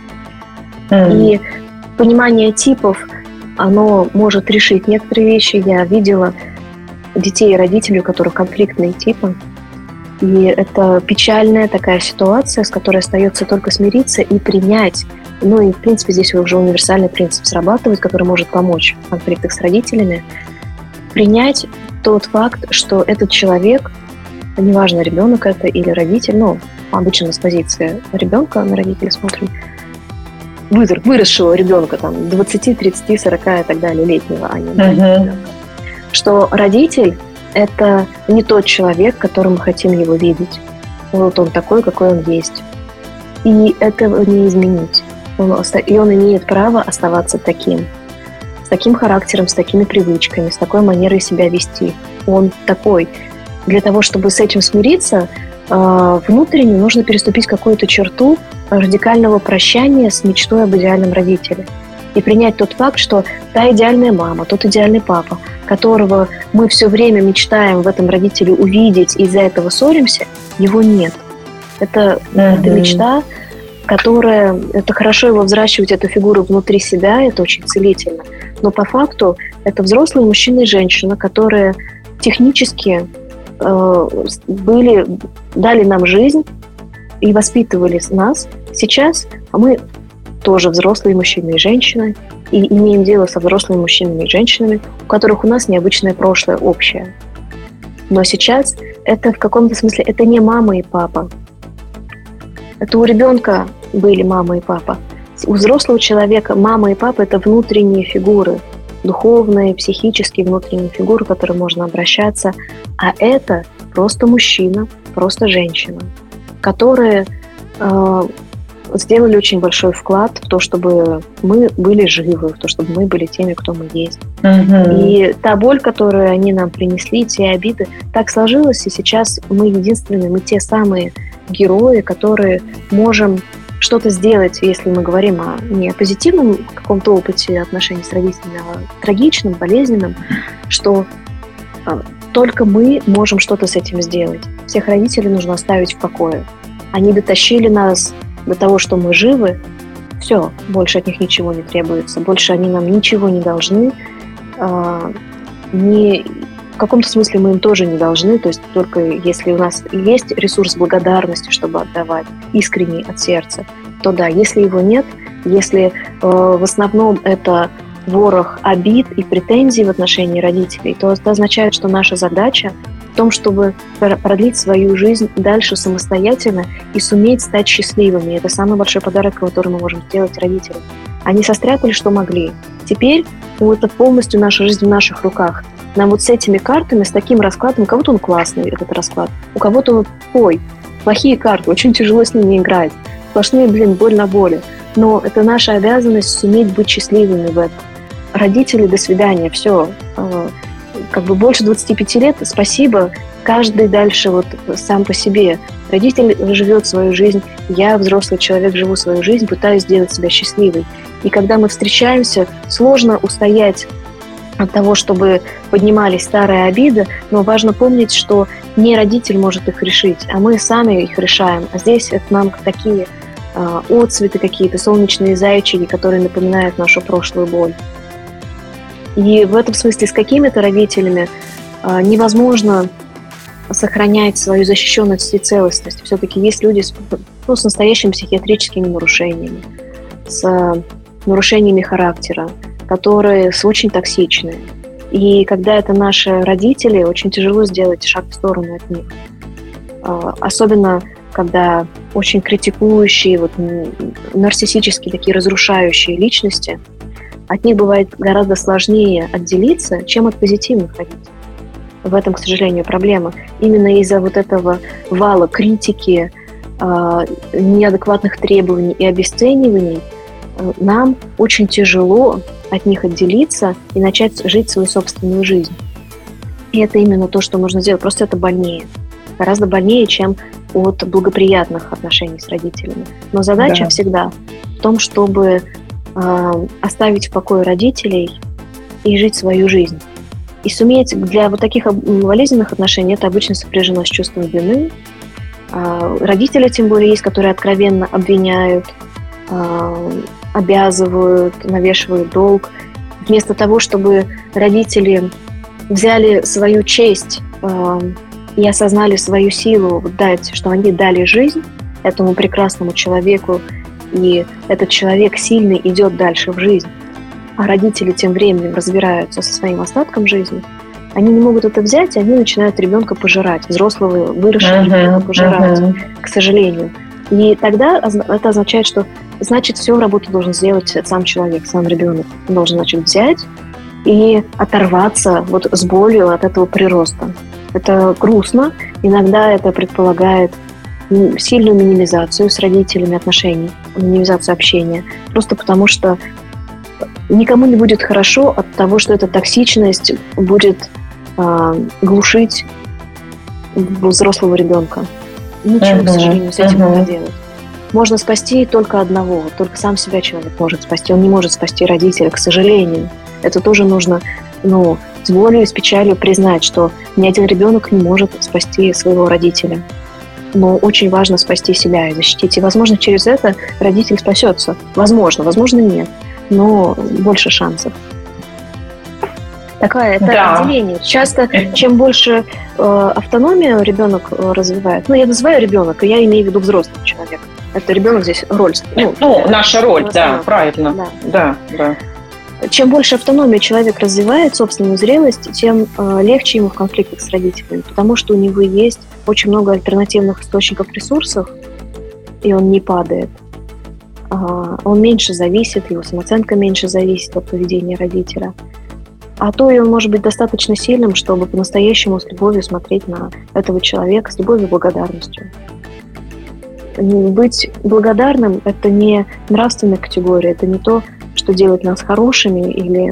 Mm. И понимание типов, оно может решить некоторые вещи. Я видела детей и родителей, у которых конфликтные типы. И это печальная такая ситуация, с которой остается только смириться и принять. Ну и, в принципе, здесь уже универсальный принцип срабатывает, который может помочь в конфликтах с родителями. Принять тот факт, что этот человек, неважно, ребенок это или родитель, ну, обычно с позиции ребенка на родителей смотрим, выросшего ребенка, там, двадцать, тридцать, сорок и так далее, летнего, а не uh-huh. что родитель – это не тот человек, которым мы хотим его видеть. Вот он такой, какой он есть. И этого не изменить. Он, и он имеет право оставаться таким. с таким характером, с такими привычками, с такой манерой себя вести. Он такой. Для того, чтобы с этим смириться, внутренне нужно переступить какую-то черту радикального прощания с мечтой об идеальном родителе. И принять тот факт, что та идеальная мама, тот идеальный папа, которого мы все время мечтаем в этом родителе увидеть и из-за этого ссоримся, его нет. Это, mm-hmm. это мечта, которая... Это хорошо его взращивать, эту фигуру внутри себя, это очень целительно. Но по факту это взрослый мужчина и женщина, которые технически э, были, дали нам жизнь и воспитывали нас. Сейчас мы тоже взрослые мужчины и женщины, и имеем дело со взрослыми мужчинами и женщинами, у которых у нас необычное прошлое общее. Но сейчас это в каком-то смысле это не мама и папа. Это у ребенка были мама и папа. У взрослого человека мама и папа – это внутренние фигуры, духовные, психические внутренние фигуры, к которым можно обращаться. А это просто мужчина, просто женщина, которые э, сделали очень большой вклад в то, чтобы мы были живы, в то, чтобы мы были теми, кто мы есть. Uh-huh. И та боль, которую они нам принесли, те обиды, так сложилось, и сейчас мы единственные, мы те самые герои, которые можем что-то сделать, если мы говорим о, не о позитивном каком-то опыте отношений с родителями, а о трагичном, болезненном, что а, только мы можем что-то с этим сделать. Всех родителей нужно оставить в покое. Они дотащили нас до того, что мы живы, все, больше от них ничего не требуется, больше они нам ничего не должны, а, не... В каком-то смысле мы им тоже не должны, то есть только если у нас есть ресурс благодарности, чтобы отдавать искренне от сердца, то да, если его нет, если э, в основном это ворох обид и претензий в отношении родителей, то это означает, что наша задача в том, чтобы продлить свою жизнь дальше самостоятельно и суметь стать счастливыми. Это самый большой подарок, который мы можем сделать родителям. Они состряпали, что могли. Теперь ну, это полностью наша жизнь в наших руках. Нам вот с этими картами, с таким раскладом, у кого-то он классный, этот расклад, у кого-то он, ой, плохие карты, очень тяжело с ними играть, сплошные, блин, боль на боли. Но это наша обязанность суметь быть счастливыми в этом. Родители, до свидания, все. Как бы больше двадцати пяти лет, спасибо, каждый дальше вот сам по себе. Родитель живет свою жизнь, я, взрослый человек, живу свою жизнь, пытаюсь сделать себя счастливой. И когда мы встречаемся, сложно устоять от того, чтобы поднимались старые обиды, но важно помнить, что не родитель может их решить, а мы сами их решаем. А здесь это нам такие э, отцветы какие-то, солнечные зайчики, которые напоминают нашу прошлую боль. И в этом смысле с какими-то родителями э, невозможно сохранять свою защищенность и целостность. Все-таки есть люди с, ну, с настоящими психиатрическими нарушениями, с нарушениями характера, которые очень токсичные. И когда это наши родители, очень тяжело сделать шаг в сторону от них. Особенно, когда очень критикующие, вот, нарциссические, такие разрушающие личности, от них бывает гораздо сложнее отделиться, чем от позитивных родителей. В этом, к сожалению, проблема. Именно из-за вот этого вала критики, неадекватных требований и обесцениваний нам очень тяжело от них отделиться и начать жить свою собственную жизнь. И это именно то, что нужно сделать. Просто это больнее. Гораздо больнее, чем от благоприятных отношений с родителями. Но задача да. всегда в том, чтобы э, оставить в покое родителей и жить свою жизнь. И суметь для вот таких болезненных отношений это обычно сопряжено с чувством вины. Э, родители, тем более, есть, которые откровенно обвиняют, э, обязывают, навешивают долг. Вместо того, чтобы родители взяли свою честь э, и осознали свою силу дать, что они дали жизнь этому прекрасному человеку, и этот человек сильный идет дальше в жизнь, а родители тем временем разбираются со своим остатком жизни, они не могут это взять, и они начинают ребенка пожирать, взрослого, выросшего uh-huh, ребенка пожирать, uh-huh. к сожалению. И тогда это означает, что значит, всю работу должен сделать сам человек, сам ребенок. Он должен, значит, взять и оторваться вот с болью от этого прироста. Это грустно. Иногда это предполагает сильную минимизацию с родителями отношений, минимизацию общения. Просто потому что никому не будет хорошо от того, что эта токсичность будет э, глушить взрослого ребенка. Ничего, uh-huh. к сожалению, с этим uh-huh. не поделать. Можно спасти только одного, только сам себя человек может спасти. Он не может спасти родителя, к сожалению. Это тоже нужно, ну, с болью и с печалью признать, что ни один ребенок не может спасти своего родителя. Но очень важно спасти себя и защитить. И, возможно, через это родитель спасется. Возможно, возможно, нет. Но больше шансов. Такое это да. отделение. Часто, чем больше э, автономию ребенок э, развивает, ну, я называю ребенок, и я имею в виду взрослый человек. Это ребенок здесь роль. Ну, ну наша роль, да, правильно. Да. Да, да. Чем больше автономию человек развивает, собственную зрелость, тем э, легче ему в конфликтах с родителями, потому что у него есть очень много альтернативных источников ресурсов, и он не падает. Э, он меньше зависит, его самооценка меньше зависит от поведения родителя. А то и он может быть достаточно сильным, чтобы по-настоящему с любовью смотреть на этого человека, с любовью и благодарностью. Быть благодарным – это не нравственная категория, это не то, что делает нас хорошими или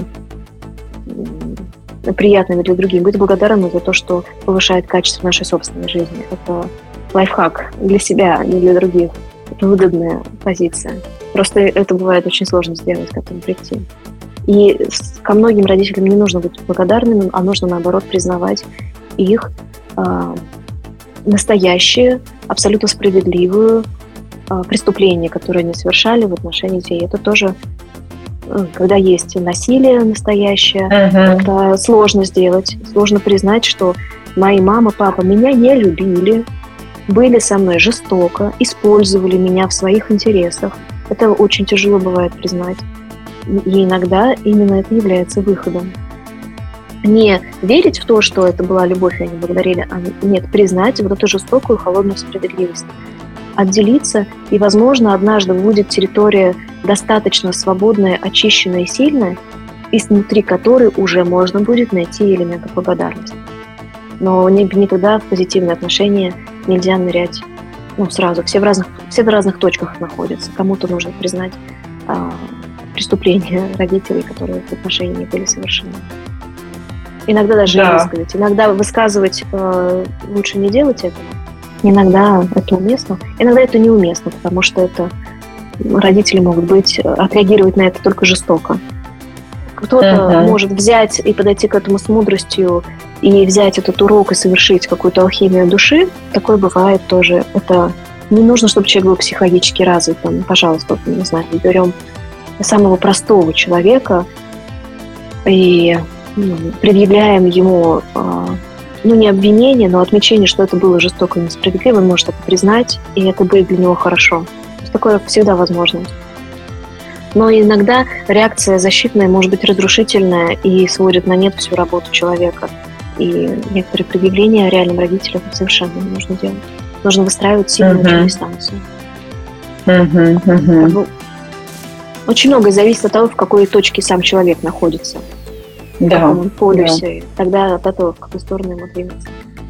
приятными для других. Быть благодарным за то, что повышает качество нашей собственной жизни. Это лайфхак для себя, не для других. Это выгодная позиция. Просто это бывает очень сложно сделать, к этому прийти. И ко многим родителям не нужно быть благодарными, а нужно, наоборот, признавать их э, настоящее, абсолютно справедливое э, преступление, которое они совершали в отношении детей. Это тоже, э, когда есть насилие настоящее, uh-huh. это сложно сделать. Сложно признать, что мои мама, папа меня не любили, были со мной жестоко, использовали меня в своих интересах. Это очень тяжело бывает признать. И иногда именно это является выходом. Не верить в то, что это была любовь, и они благодарили, а нет, признать вот эту жестокую, холодную справедливость. Отделиться, и, возможно, однажды будет территория достаточно свободная, очищенная и сильная, изнутри которой уже можно будет найти элементы благодарности. Но никогда в позитивные отношения нельзя нырять ну, сразу. Все в разных, все в разных точках находятся. Кому-то нужно признать а, преступления родителей, которые в отношении были совершены. Иногда даже да. высказать. Иногда высказывать э, лучше не делать этого. Иногда это уместно. Иногда это неуместно, потому что это родители могут быть, отреагировать на это только жестоко. Кто-то uh-huh. может взять и подойти к этому с мудростью и взять этот урок и совершить какую-то алхимию души. Такое бывает тоже. Это не нужно, чтобы человек был психологически развит. Там, пожалуйста, вот, не знаю, берем самого простого человека и ну, предъявляем ему ну, не обвинение, но отмечение, что это было жестоко и несправедливо, он может это признать, и это будет для него хорошо. То есть такое всегда возможно. Но иногда реакция защитная может быть разрушительная и сводит на нет всю работу человека. И некоторые предъявления реальным родителям совершенно не нужно делать. Нужно выстраивать сильную uh-huh. дистанцию. Uh-huh. Uh-huh. Очень многое зависит от того, в какой точке сам человек находится. В да, каком он полюсе. Да. Тогда от этого, в какую сторону ему двигаться.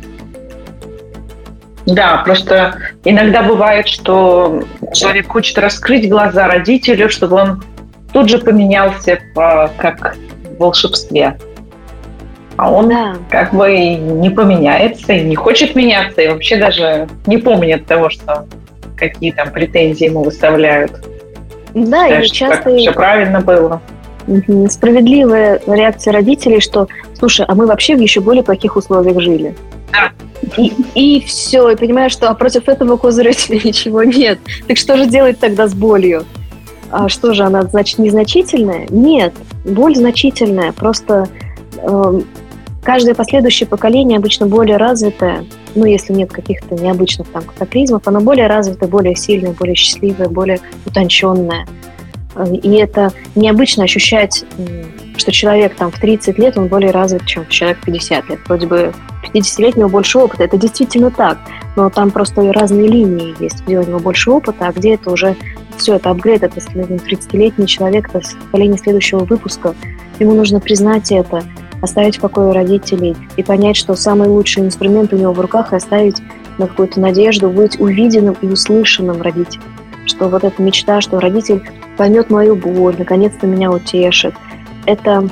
Да, просто иногда бывает, что человек хочет раскрыть глаза родителю, чтобы он тут же поменялся по, как в волшебстве. А он да. как бы и не поменяется, и не хочет меняться, и вообще даже не помнит того, что какие там претензии ему выставляют. Да, и часто... Все правильно было. Справедливая реакция родителей, что, слушай, а мы вообще в еще более плохих условиях жили. Да. И, и все, и понимаешь, что а против этого козыря у тебя ничего нет. Так что же делать тогда с болью? А что же, она, значит, незначительная? Нет, боль значительная. Просто э, каждое последующее поколение обычно более развитое, ну, если нет каких-то необычных там катаклизмов, оно более развитое, более сильное, более счастливое, более утонченное. И это необычно ощущать, что человек там в тридцать лет, он более развит, чем человек в пятьдесят лет. Вроде бы пятидесятилетнего больше опыта. Это действительно так. Но там просто разные линии есть, где у него больше опыта, а где это уже все, это апгрейд, это тридцатилетний человек, это поколение следующего выпуска. Ему нужно признать это, оставить в покое родителей и понять, что самый лучший инструмент у него в руках, и оставить на какую-то надежду быть увиденным и услышанным родителем. Что вот эта мечта, что родитель поймет мою боль, наконец-то меня утешит. Это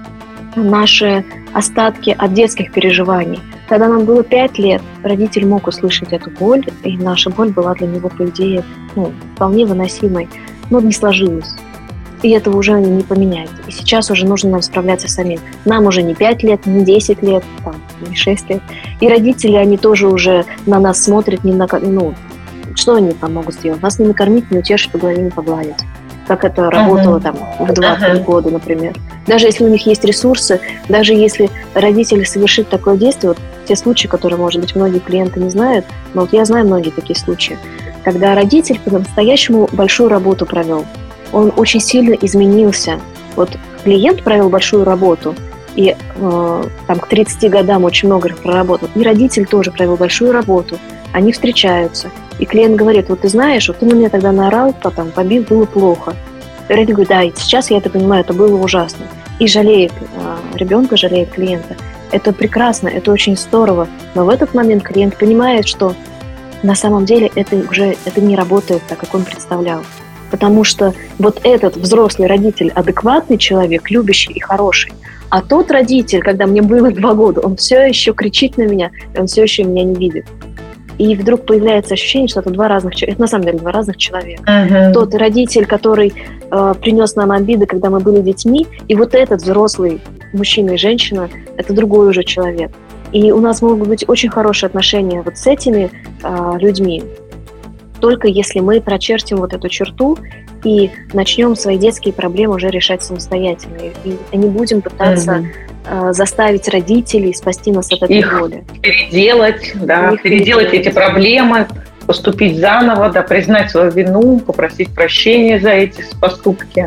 наши остатки от детских переживаний. Когда нам было пять лет, родитель мог услышать эту боль, и наша боль была для него, по идее, ну, вполне выносимой, но не сложилось. И этого уже не поменять. И сейчас уже нужно нам справляться самим. Нам уже не пять лет, не десять лет, там, не шесть лет. И родители, они тоже уже на нас смотрят, не на, ну, что они там могут сделать? Нас не накормить, не утешить, по голове не погладить. Как это работало uh-huh. там в двадцать uh-huh. года, например. Даже если у них есть ресурсы, даже если родитель совершит такое действие, вот те случаи, которые, может быть, многие клиенты не знают, но вот я знаю многие такие случаи, когда родитель по-настоящему большую работу провел, он очень сильно изменился. Вот клиент провел большую работу, и э, там к тридцати годам очень много проработал, и родитель тоже провел большую работу, они встречаются, и клиент говорит: вот ты знаешь, вот ты на меня тогда наорал, потом побил, было плохо. И родитель говорит: да, и сейчас я это понимаю, это было ужасно. И жалеет э, ребенка, жалеет клиента. Это прекрасно, это очень здорово, но в этот момент клиент понимает, что на самом деле это уже это не работает так, как он представлял. Потому что вот этот взрослый родитель адекватный человек, любящий и хороший, а тот родитель, когда мне было два года, он все еще кричит на меня, и он все еще меня не видит. И вдруг появляется ощущение, что это два разных человека. Это на самом деле два разных человека. Uh-huh. Тот родитель, который э, принес нам обиды, когда мы были детьми, и вот этот взрослый мужчина и женщина, это другой уже человек. И у нас могут быть очень хорошие отношения вот с этими э, людьми, только если мы прочертим вот эту черту и начнем свои детские проблемы уже решать самостоятельно. И не будем пытаться mm-hmm. э, заставить родителей спасти нас от этой Их боли. переделать, да, Их переделать переделать. эти проблемы, поступить заново, да, признать свою вину, попросить прощения за эти поступки.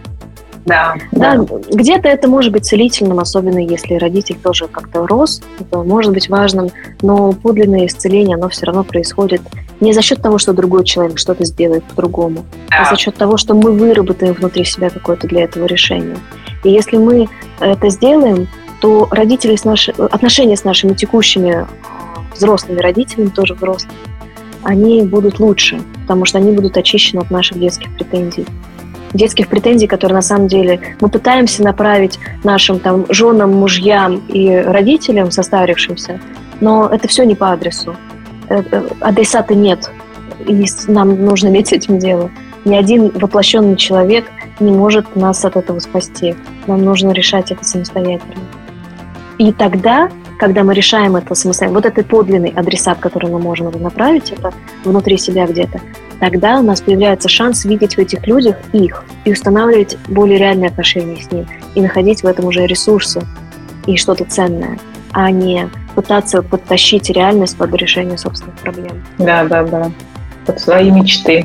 Да, Да, да. где-то это может быть целительным, особенно если родитель тоже как-то рос, это может быть важным, но подлинное исцеление, оно все равно происходит не за счет того, что другой человек что-то сделает по-другому, Да. а за счет того, что мы выработаем внутри себя какое-то для этого решение. И если мы это сделаем, то родители с наши, отношения с нашими текущими взрослыми родителями, тоже взрослыми, они будут лучше, потому что они будут очищены от наших детских претензий. Детских претензий, которые на самом деле мы пытаемся направить нашим там женам, мужьям и родителям состарившимся, но это все не по адресу. Адресата нет, и нам нужно иметь с этим дело. Ни один воплощенный человек не может нас от этого спасти. Нам нужно решать это самостоятельно. И тогда, когда мы решаем это самостоятельно, вот этот подлинный адресат, который мы можем направить, это внутри себя где-то, тогда у нас появляется шанс видеть в этих людях их и устанавливать более реальные отношения с ним, и находить в этом уже ресурсы и что-то ценное, а не пытаться подтащить реальность под решение собственных проблем. Да, да, да. Под свои мечты.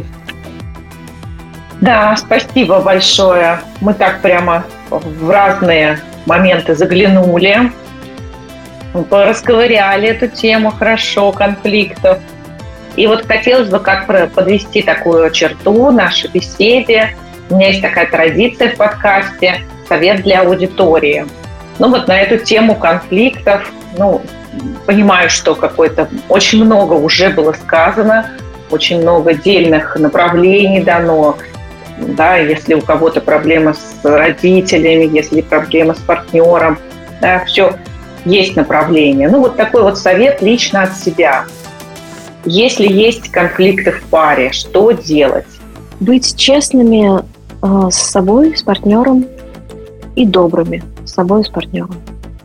Да, спасибо большое. Мы так прямо в разные моменты заглянули, расковыряли эту тему хорошо, конфликтов. И вот хотелось бы как подвести такую черту нашей беседе. У меня есть такая традиция в подкасте «Совет для аудитории». Ну вот на эту тему конфликтов, ну, понимаю, что какое-то очень много уже было сказано, очень много отдельных направлений дано. Да, если у кого-то проблемы с родителями, если проблемы с партнером, да, все, есть направление. Ну вот такой вот совет лично от себя. Если есть конфликты в паре, что делать? Быть честными э, с собой, с партнером, и добрыми с собой, с партнером.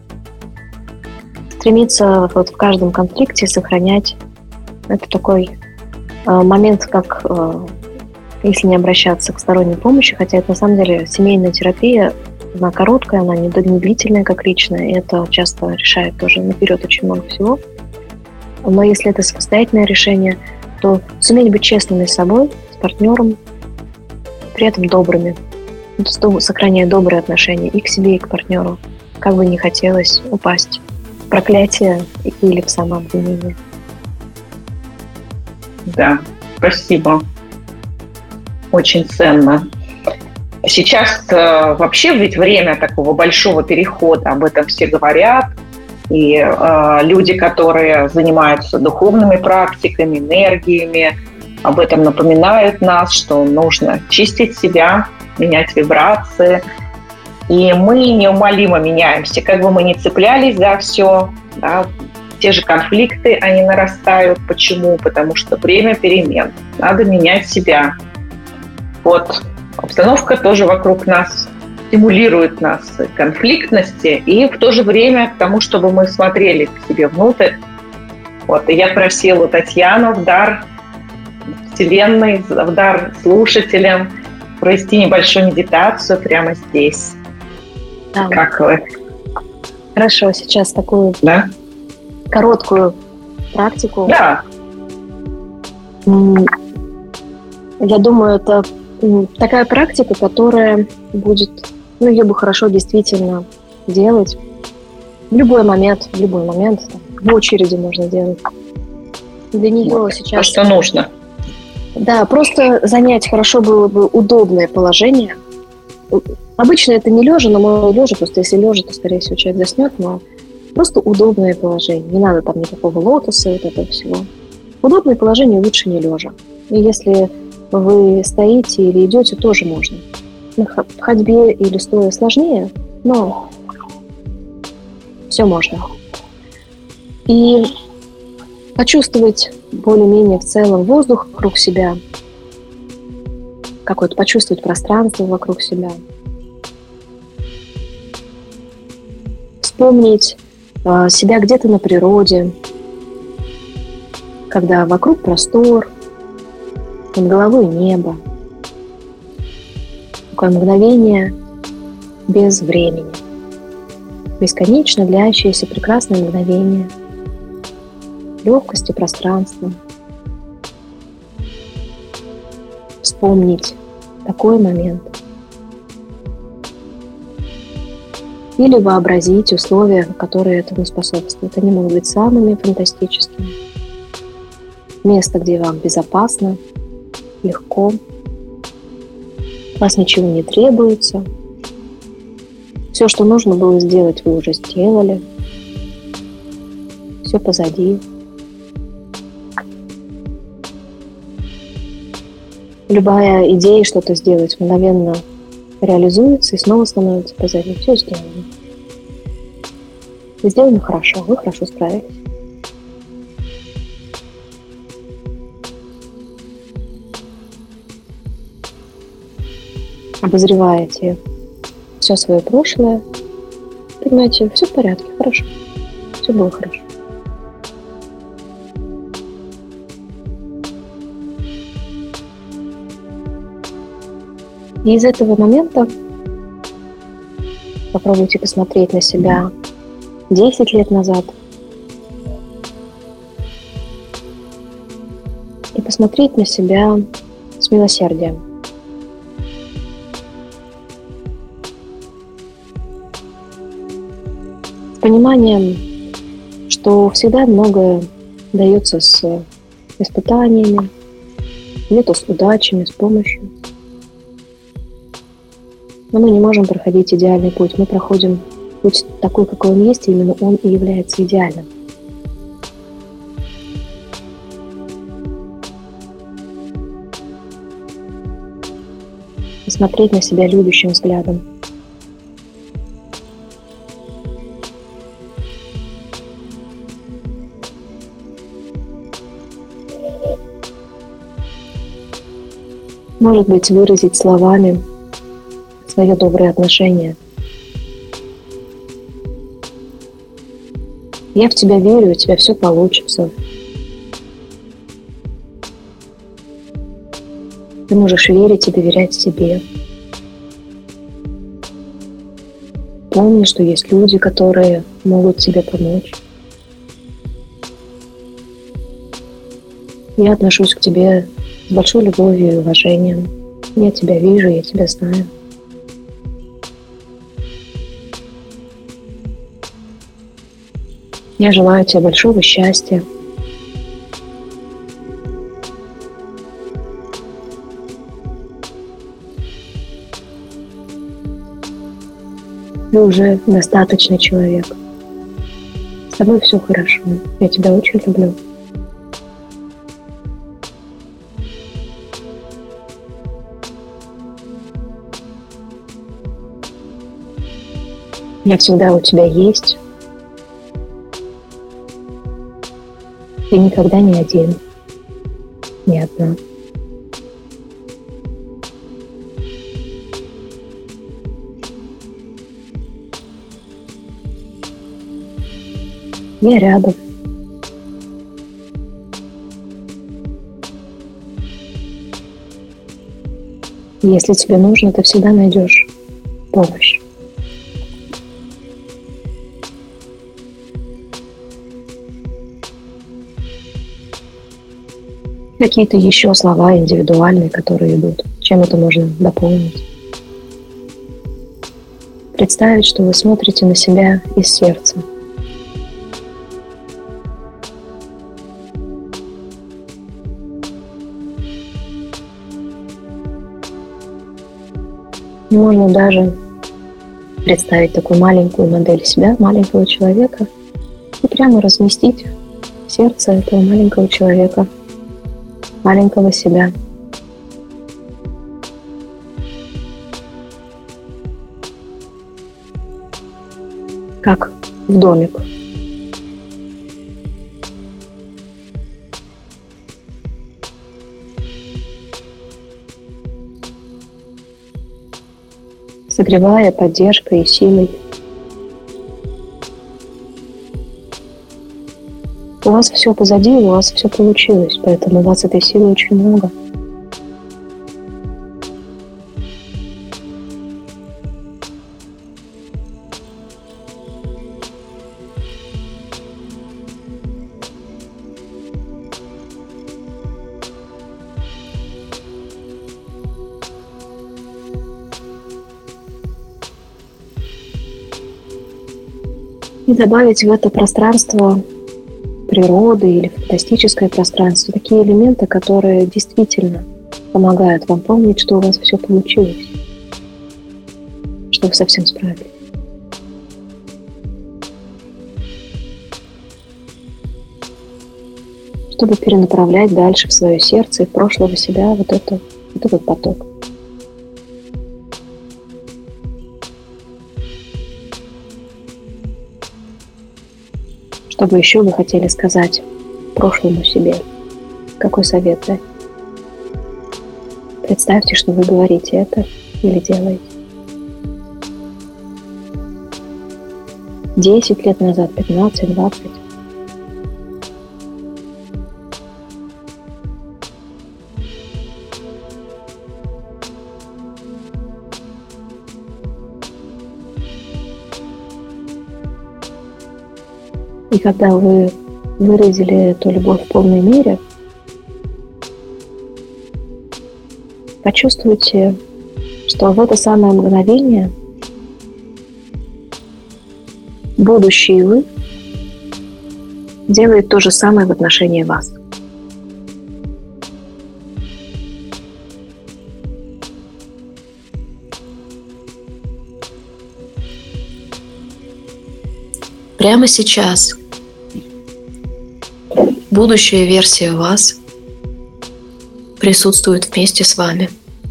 Стремиться вот в каждом конфликте сохранять это такой э, момент, как э, если не обращаться к сторонней помощи, хотя это на самом деле семейная терапия, она короткая, она не длительная, как личная, и это часто решает тоже наперед очень много всего. Но если это самостоятельное решение, то суметь быть честными с собой, с партнером, при этом добрыми, сохраняя добрые отношения и к себе, и к партнеру, как бы не хотелось упасть в проклятие или в самообвинение. Да, спасибо. Очень ценно. Сейчас э, вообще ведь время такого большого перехода, об этом все говорят. И э, люди, которые занимаются духовными практиками, энергиями, об этом напоминают нас, что нужно чистить себя, менять вибрации. И мы неумолимо меняемся. Как бы мы ни цеплялись за все, да, те же конфликты, они нарастают. Почему? Потому что время перемен. Надо менять себя. Вот. Обстановка тоже вокруг нас стимулирует нас к конфликтности и в то же время к тому, чтобы мы смотрели к себе внутрь. Вот. И я просила Татьяну в дар Вселенной, в дар слушателям провести небольшую медитацию прямо здесь. Да. Как вы? Хорошо, сейчас такую Да? короткую практику. Да. Я думаю, это такая практика, которая будет, ну, ее бы хорошо действительно делать в любой момент, в любой момент, в очереди можно делать. Для нее Вот, сейчас... то, что нужно. Да, просто занять хорошо было бы удобное положение. Обычно это не лежа, но можно лежа, просто если лежа, то, скорее всего, человек заснет, но просто удобное положение. Не надо там никакого лотоса, вот этого всего. Удобное положение лучше не лежа. И если вы стоите или идете, тоже можно. В ходьбе или стоя сложнее, но все можно. И почувствовать более-менее в целом воздух вокруг себя, какое-то почувствовать пространство вокруг себя. Вспомнить э, себя где-то на природе, когда вокруг простор, над головой небо. Такое мгновение без времени. Бесконечно длящееся прекрасное мгновение легкости пространства. Вспомнить такой момент. Или вообразить условия, которые этому способствуют. Они могут быть самыми фантастическими. Место, где вам безопасно, легко. От вас ничего не требуется. Все, что нужно было сделать, вы уже сделали. Все позади. Любая идея что-то сделать мгновенно реализуется и снова становится позади. Все сделано. Сделано хорошо, вы хорошо справились. Обозреваете все свое прошлое, понимаете, все в порядке, хорошо, все было хорошо. И из этого момента попробуйте посмотреть на себя десять лет назад и посмотреть на себя с милосердием. С пониманием, что всегда многое дается с испытаниями, где-то с удачами, с помощью. Но мы не можем проходить идеальный путь. Мы проходим путь такой, какой он есть, и именно он и является идеальным. И смотреть на себя любящим взглядом. Может быть, выразить словами свое доброе отношение. Я в тебя верю, у тебя все получится. Ты можешь верить и доверять себе. Помни, что есть люди, которые могут тебе помочь. Я отношусь к тебе с большой любовью и уважением. Я тебя вижу, я тебя знаю. Я желаю тебе большого счастья. Ты уже достаточный человек. С тобой все хорошо. Я тебя очень люблю. Я всегда у тебя есть. Ты никогда не один, не одна. Я рядом. Если тебе нужно, ты всегда найдешь помощь. Какие-то еще слова индивидуальные, которые идут. Чем это можно дополнить? Представить, что вы смотрите на себя из сердца. Можно даже представить такую маленькую модель себя, маленького человека, и прямо разместить в сердце этого маленького человека, маленького себя. Как в домик. Согревая поддержкой и силой. У вас все позади, у вас все получилось, поэтому у вас этой силы очень много. И добавить в это пространство природы или фантастическое пространство такие элементы, которые действительно помогают вам помнить, что у вас все получилось, что вы совсем справились. Чтобы перенаправлять дальше в свое сердце и в прошлого себя вот, это, вот этот поток. Что бы еще вы хотели сказать прошлому себе? Какой совет дать? Представьте, что вы говорите это или делаете. Десять лет назад, пятнадцать, двадцать. И когда вы выразили эту любовь в полной мере, почувствуйте, что в это самое мгновение будущий вы делает то же самое в отношении вас. Прямо сейчас будущая версия вас присутствует вместе с вами.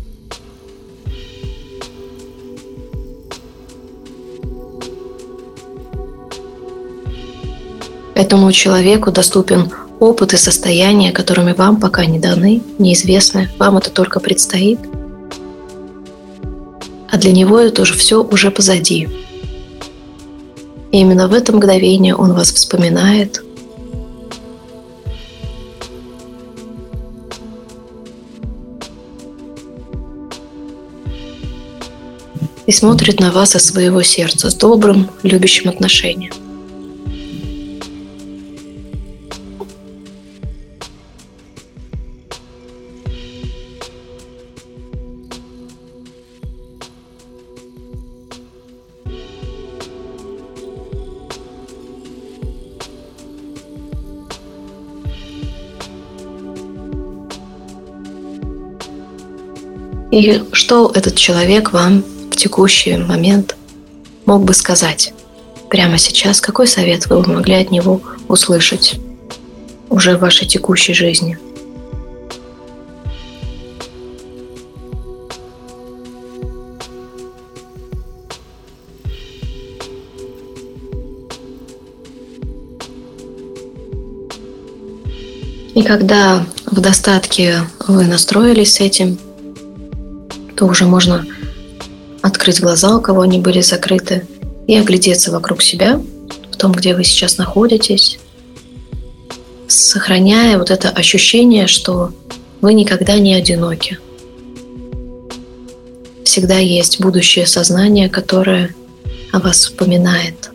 Этому человеку доступен опыт и состояние, которыми вам пока не даны, неизвестны, вам это только предстоит. А для него это тоже все уже позади. И именно в это мгновение он вас вспоминает. И смотрит на вас из своего сердца с добрым, любящим отношением. И что этот человек вам в текущий момент мог бы сказать прямо сейчас? Какой совет вы бы могли от него услышать уже в вашей текущей жизни? И когда в достатке вы настроились с этим, то уже можно открыть глаза, у кого они были закрыты, и оглядеться вокруг себя, в том, где вы сейчас находитесь, сохраняя вот это ощущение, что вы никогда не одиноки. Всегда есть будущее сознание, которое о вас вспоминает.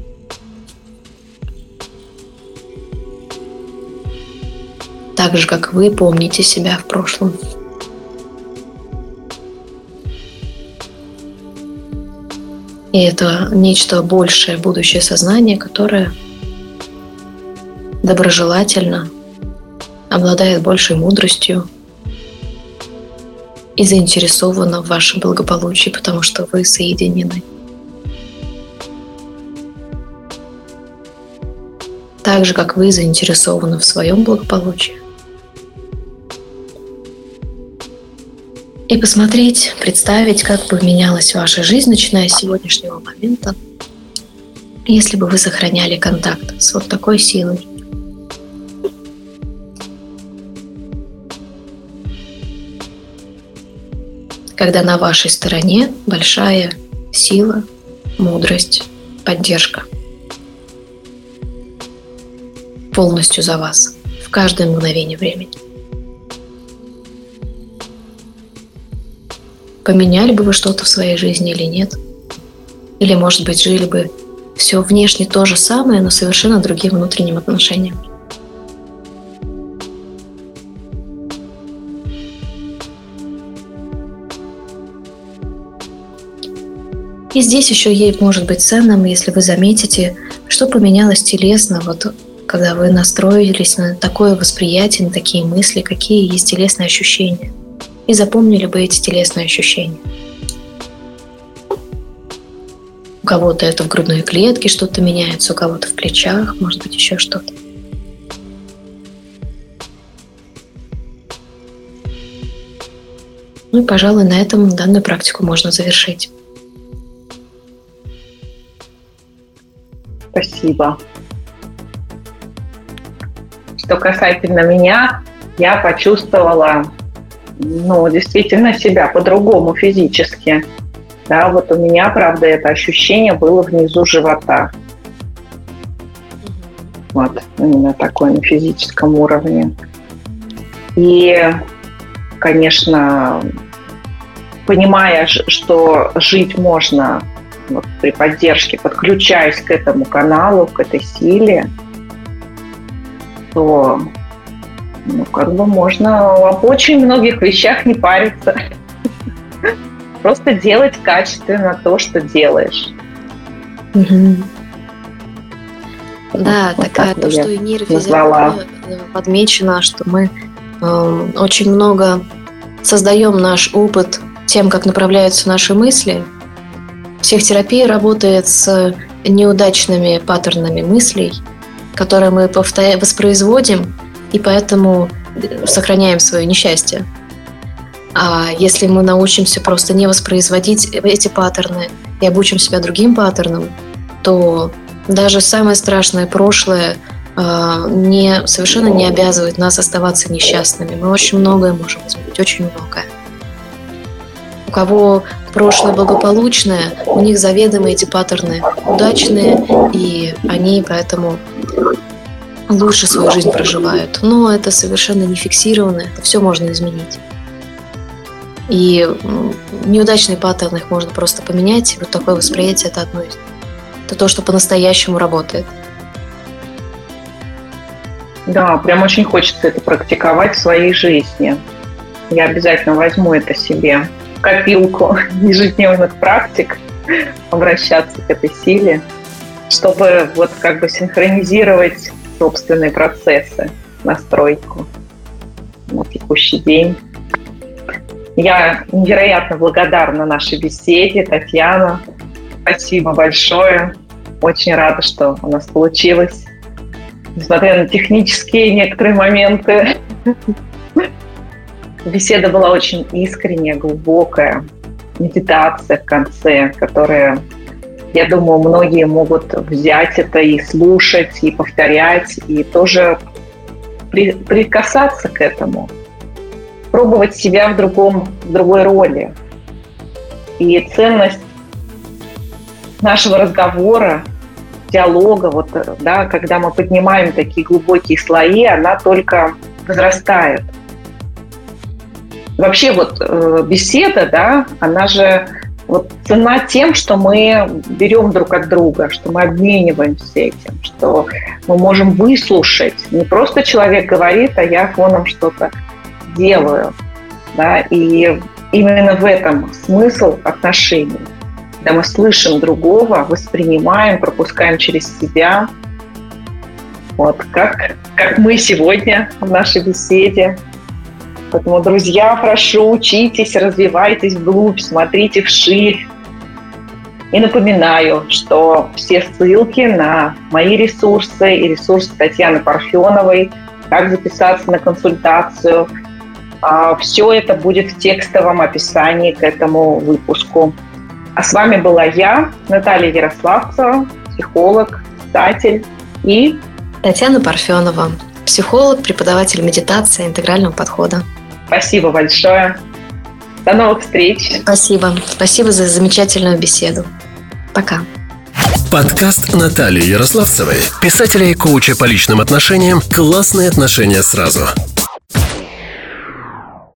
Так же, как вы помните себя в прошлом. И это нечто большее будущее сознание, которое доброжелательно, обладает большей мудростью и заинтересовано в вашем благополучии, потому что вы соединены. Так же, как вы заинтересованы в своем благополучии. И посмотреть, представить, как бы менялась ваша жизнь, начиная с сегодняшнего момента, если бы вы сохраняли контакт с вот такой силой. Когда на вашей стороне большая сила, мудрость, поддержка. Полностью за вас, в каждое мгновение времени. Поменяли бы вы что-то в своей жизни или нет? Или, может быть, жили бы все внешне то же самое, но совершенно другим внутренним отношением? И здесь еще ей может быть ценным, если вы заметите, что поменялось телесно, вот когда вы настроились на такое восприятие, на такие мысли, какие есть телесные ощущения. И запомнили бы эти телесные ощущения. У кого-то это в грудной клетке что-то меняется, у кого-то в плечах, может быть, еще что-то. Ну и, пожалуй, на этом данную практику можно завершить. Спасибо. Что касательно меня, я почувствовала, ну, действительно себя по-другому физически. Да, вот у меня, правда, это ощущение было внизу живота. Вот, именно такое на физическом уровне. И, конечно, понимая, что жить можно вот, при поддержке, подключаясь к этому каналу, к этой силе, то ну, как бы можно об очень многих вещах не париться. Просто делать качественно то, что делаешь. Угу. Да, вот такая, то, что и нейрофизиология подмечено, что мы э, очень много создаем наш опыт тем, как направляются наши мысли. Психотерапия работает с неудачными паттернами мыслей, которые мы повторя... воспроизводим, и поэтому сохраняем свое несчастье. А если мы научимся просто не воспроизводить эти паттерны и обучим себя другим паттернам, то даже самое страшное прошлое э, не, совершенно не обязывает нас оставаться несчастными. Мы очень многое можем изменить, очень многое. У кого прошлое благополучное, у них заведомо эти паттерны удачные, и они поэтому лучше свою жизнь проживают. Но это совершенно не фиксированно, это все можно изменить. И неудачные паттерны их можно просто поменять, и вот такое восприятие — это одно из них. Это то, что по-настоящему работает. Да, прям очень хочется это практиковать в своей жизни. Я обязательно возьму это себе в копилку ежедневных практик, обращаться к этой силе, чтобы вот как бы синхронизировать собственные процессы, настройку на текущий день. Я невероятно благодарна нашей беседе, Татьяна. Спасибо большое. Очень рада, что у нас получилось. Несмотря на технические некоторые моменты, беседа была очень искренняя, глубокая. Медитация в конце, которая, я думаю, многие могут взять это и слушать, и повторять, и тоже при, прикасаться к этому, пробовать себя в, другом, в другой роли. И ценность нашего разговора, диалога, вот, да, когда мы поднимаем такие глубокие слои, она только возрастает. Вообще вот э, беседа, да, она же вот ценна тем, что мы берем друг от друга, что мы обмениваемся этим, что мы можем выслушать. Не просто человек говорит, а я фоном что-то делаю. Да, и именно в этом смысл отношений. Когда мы слышим другого, воспринимаем, пропускаем через себя. Вот как, как мы сегодня в нашей беседе. Поэтому, друзья, прошу, учитесь, развивайтесь вглубь, смотрите вширь. И напоминаю, что все ссылки на мои ресурсы и ресурсы Татьяны Парфеновой, как записаться на консультацию, все это будет в текстовом описании к этому выпуску. А с вами была я, Наталья Ярославцева, психолог, писатель и Татьяна Парфенова, психолог, преподаватель медитации и интегрального подхода. Спасибо большое. До новых встреч. Спасибо. Спасибо за замечательную беседу. Пока. Подкаст Натальи Ярославцевой, писателя и коуча по личным отношениям «Классные отношения сразу».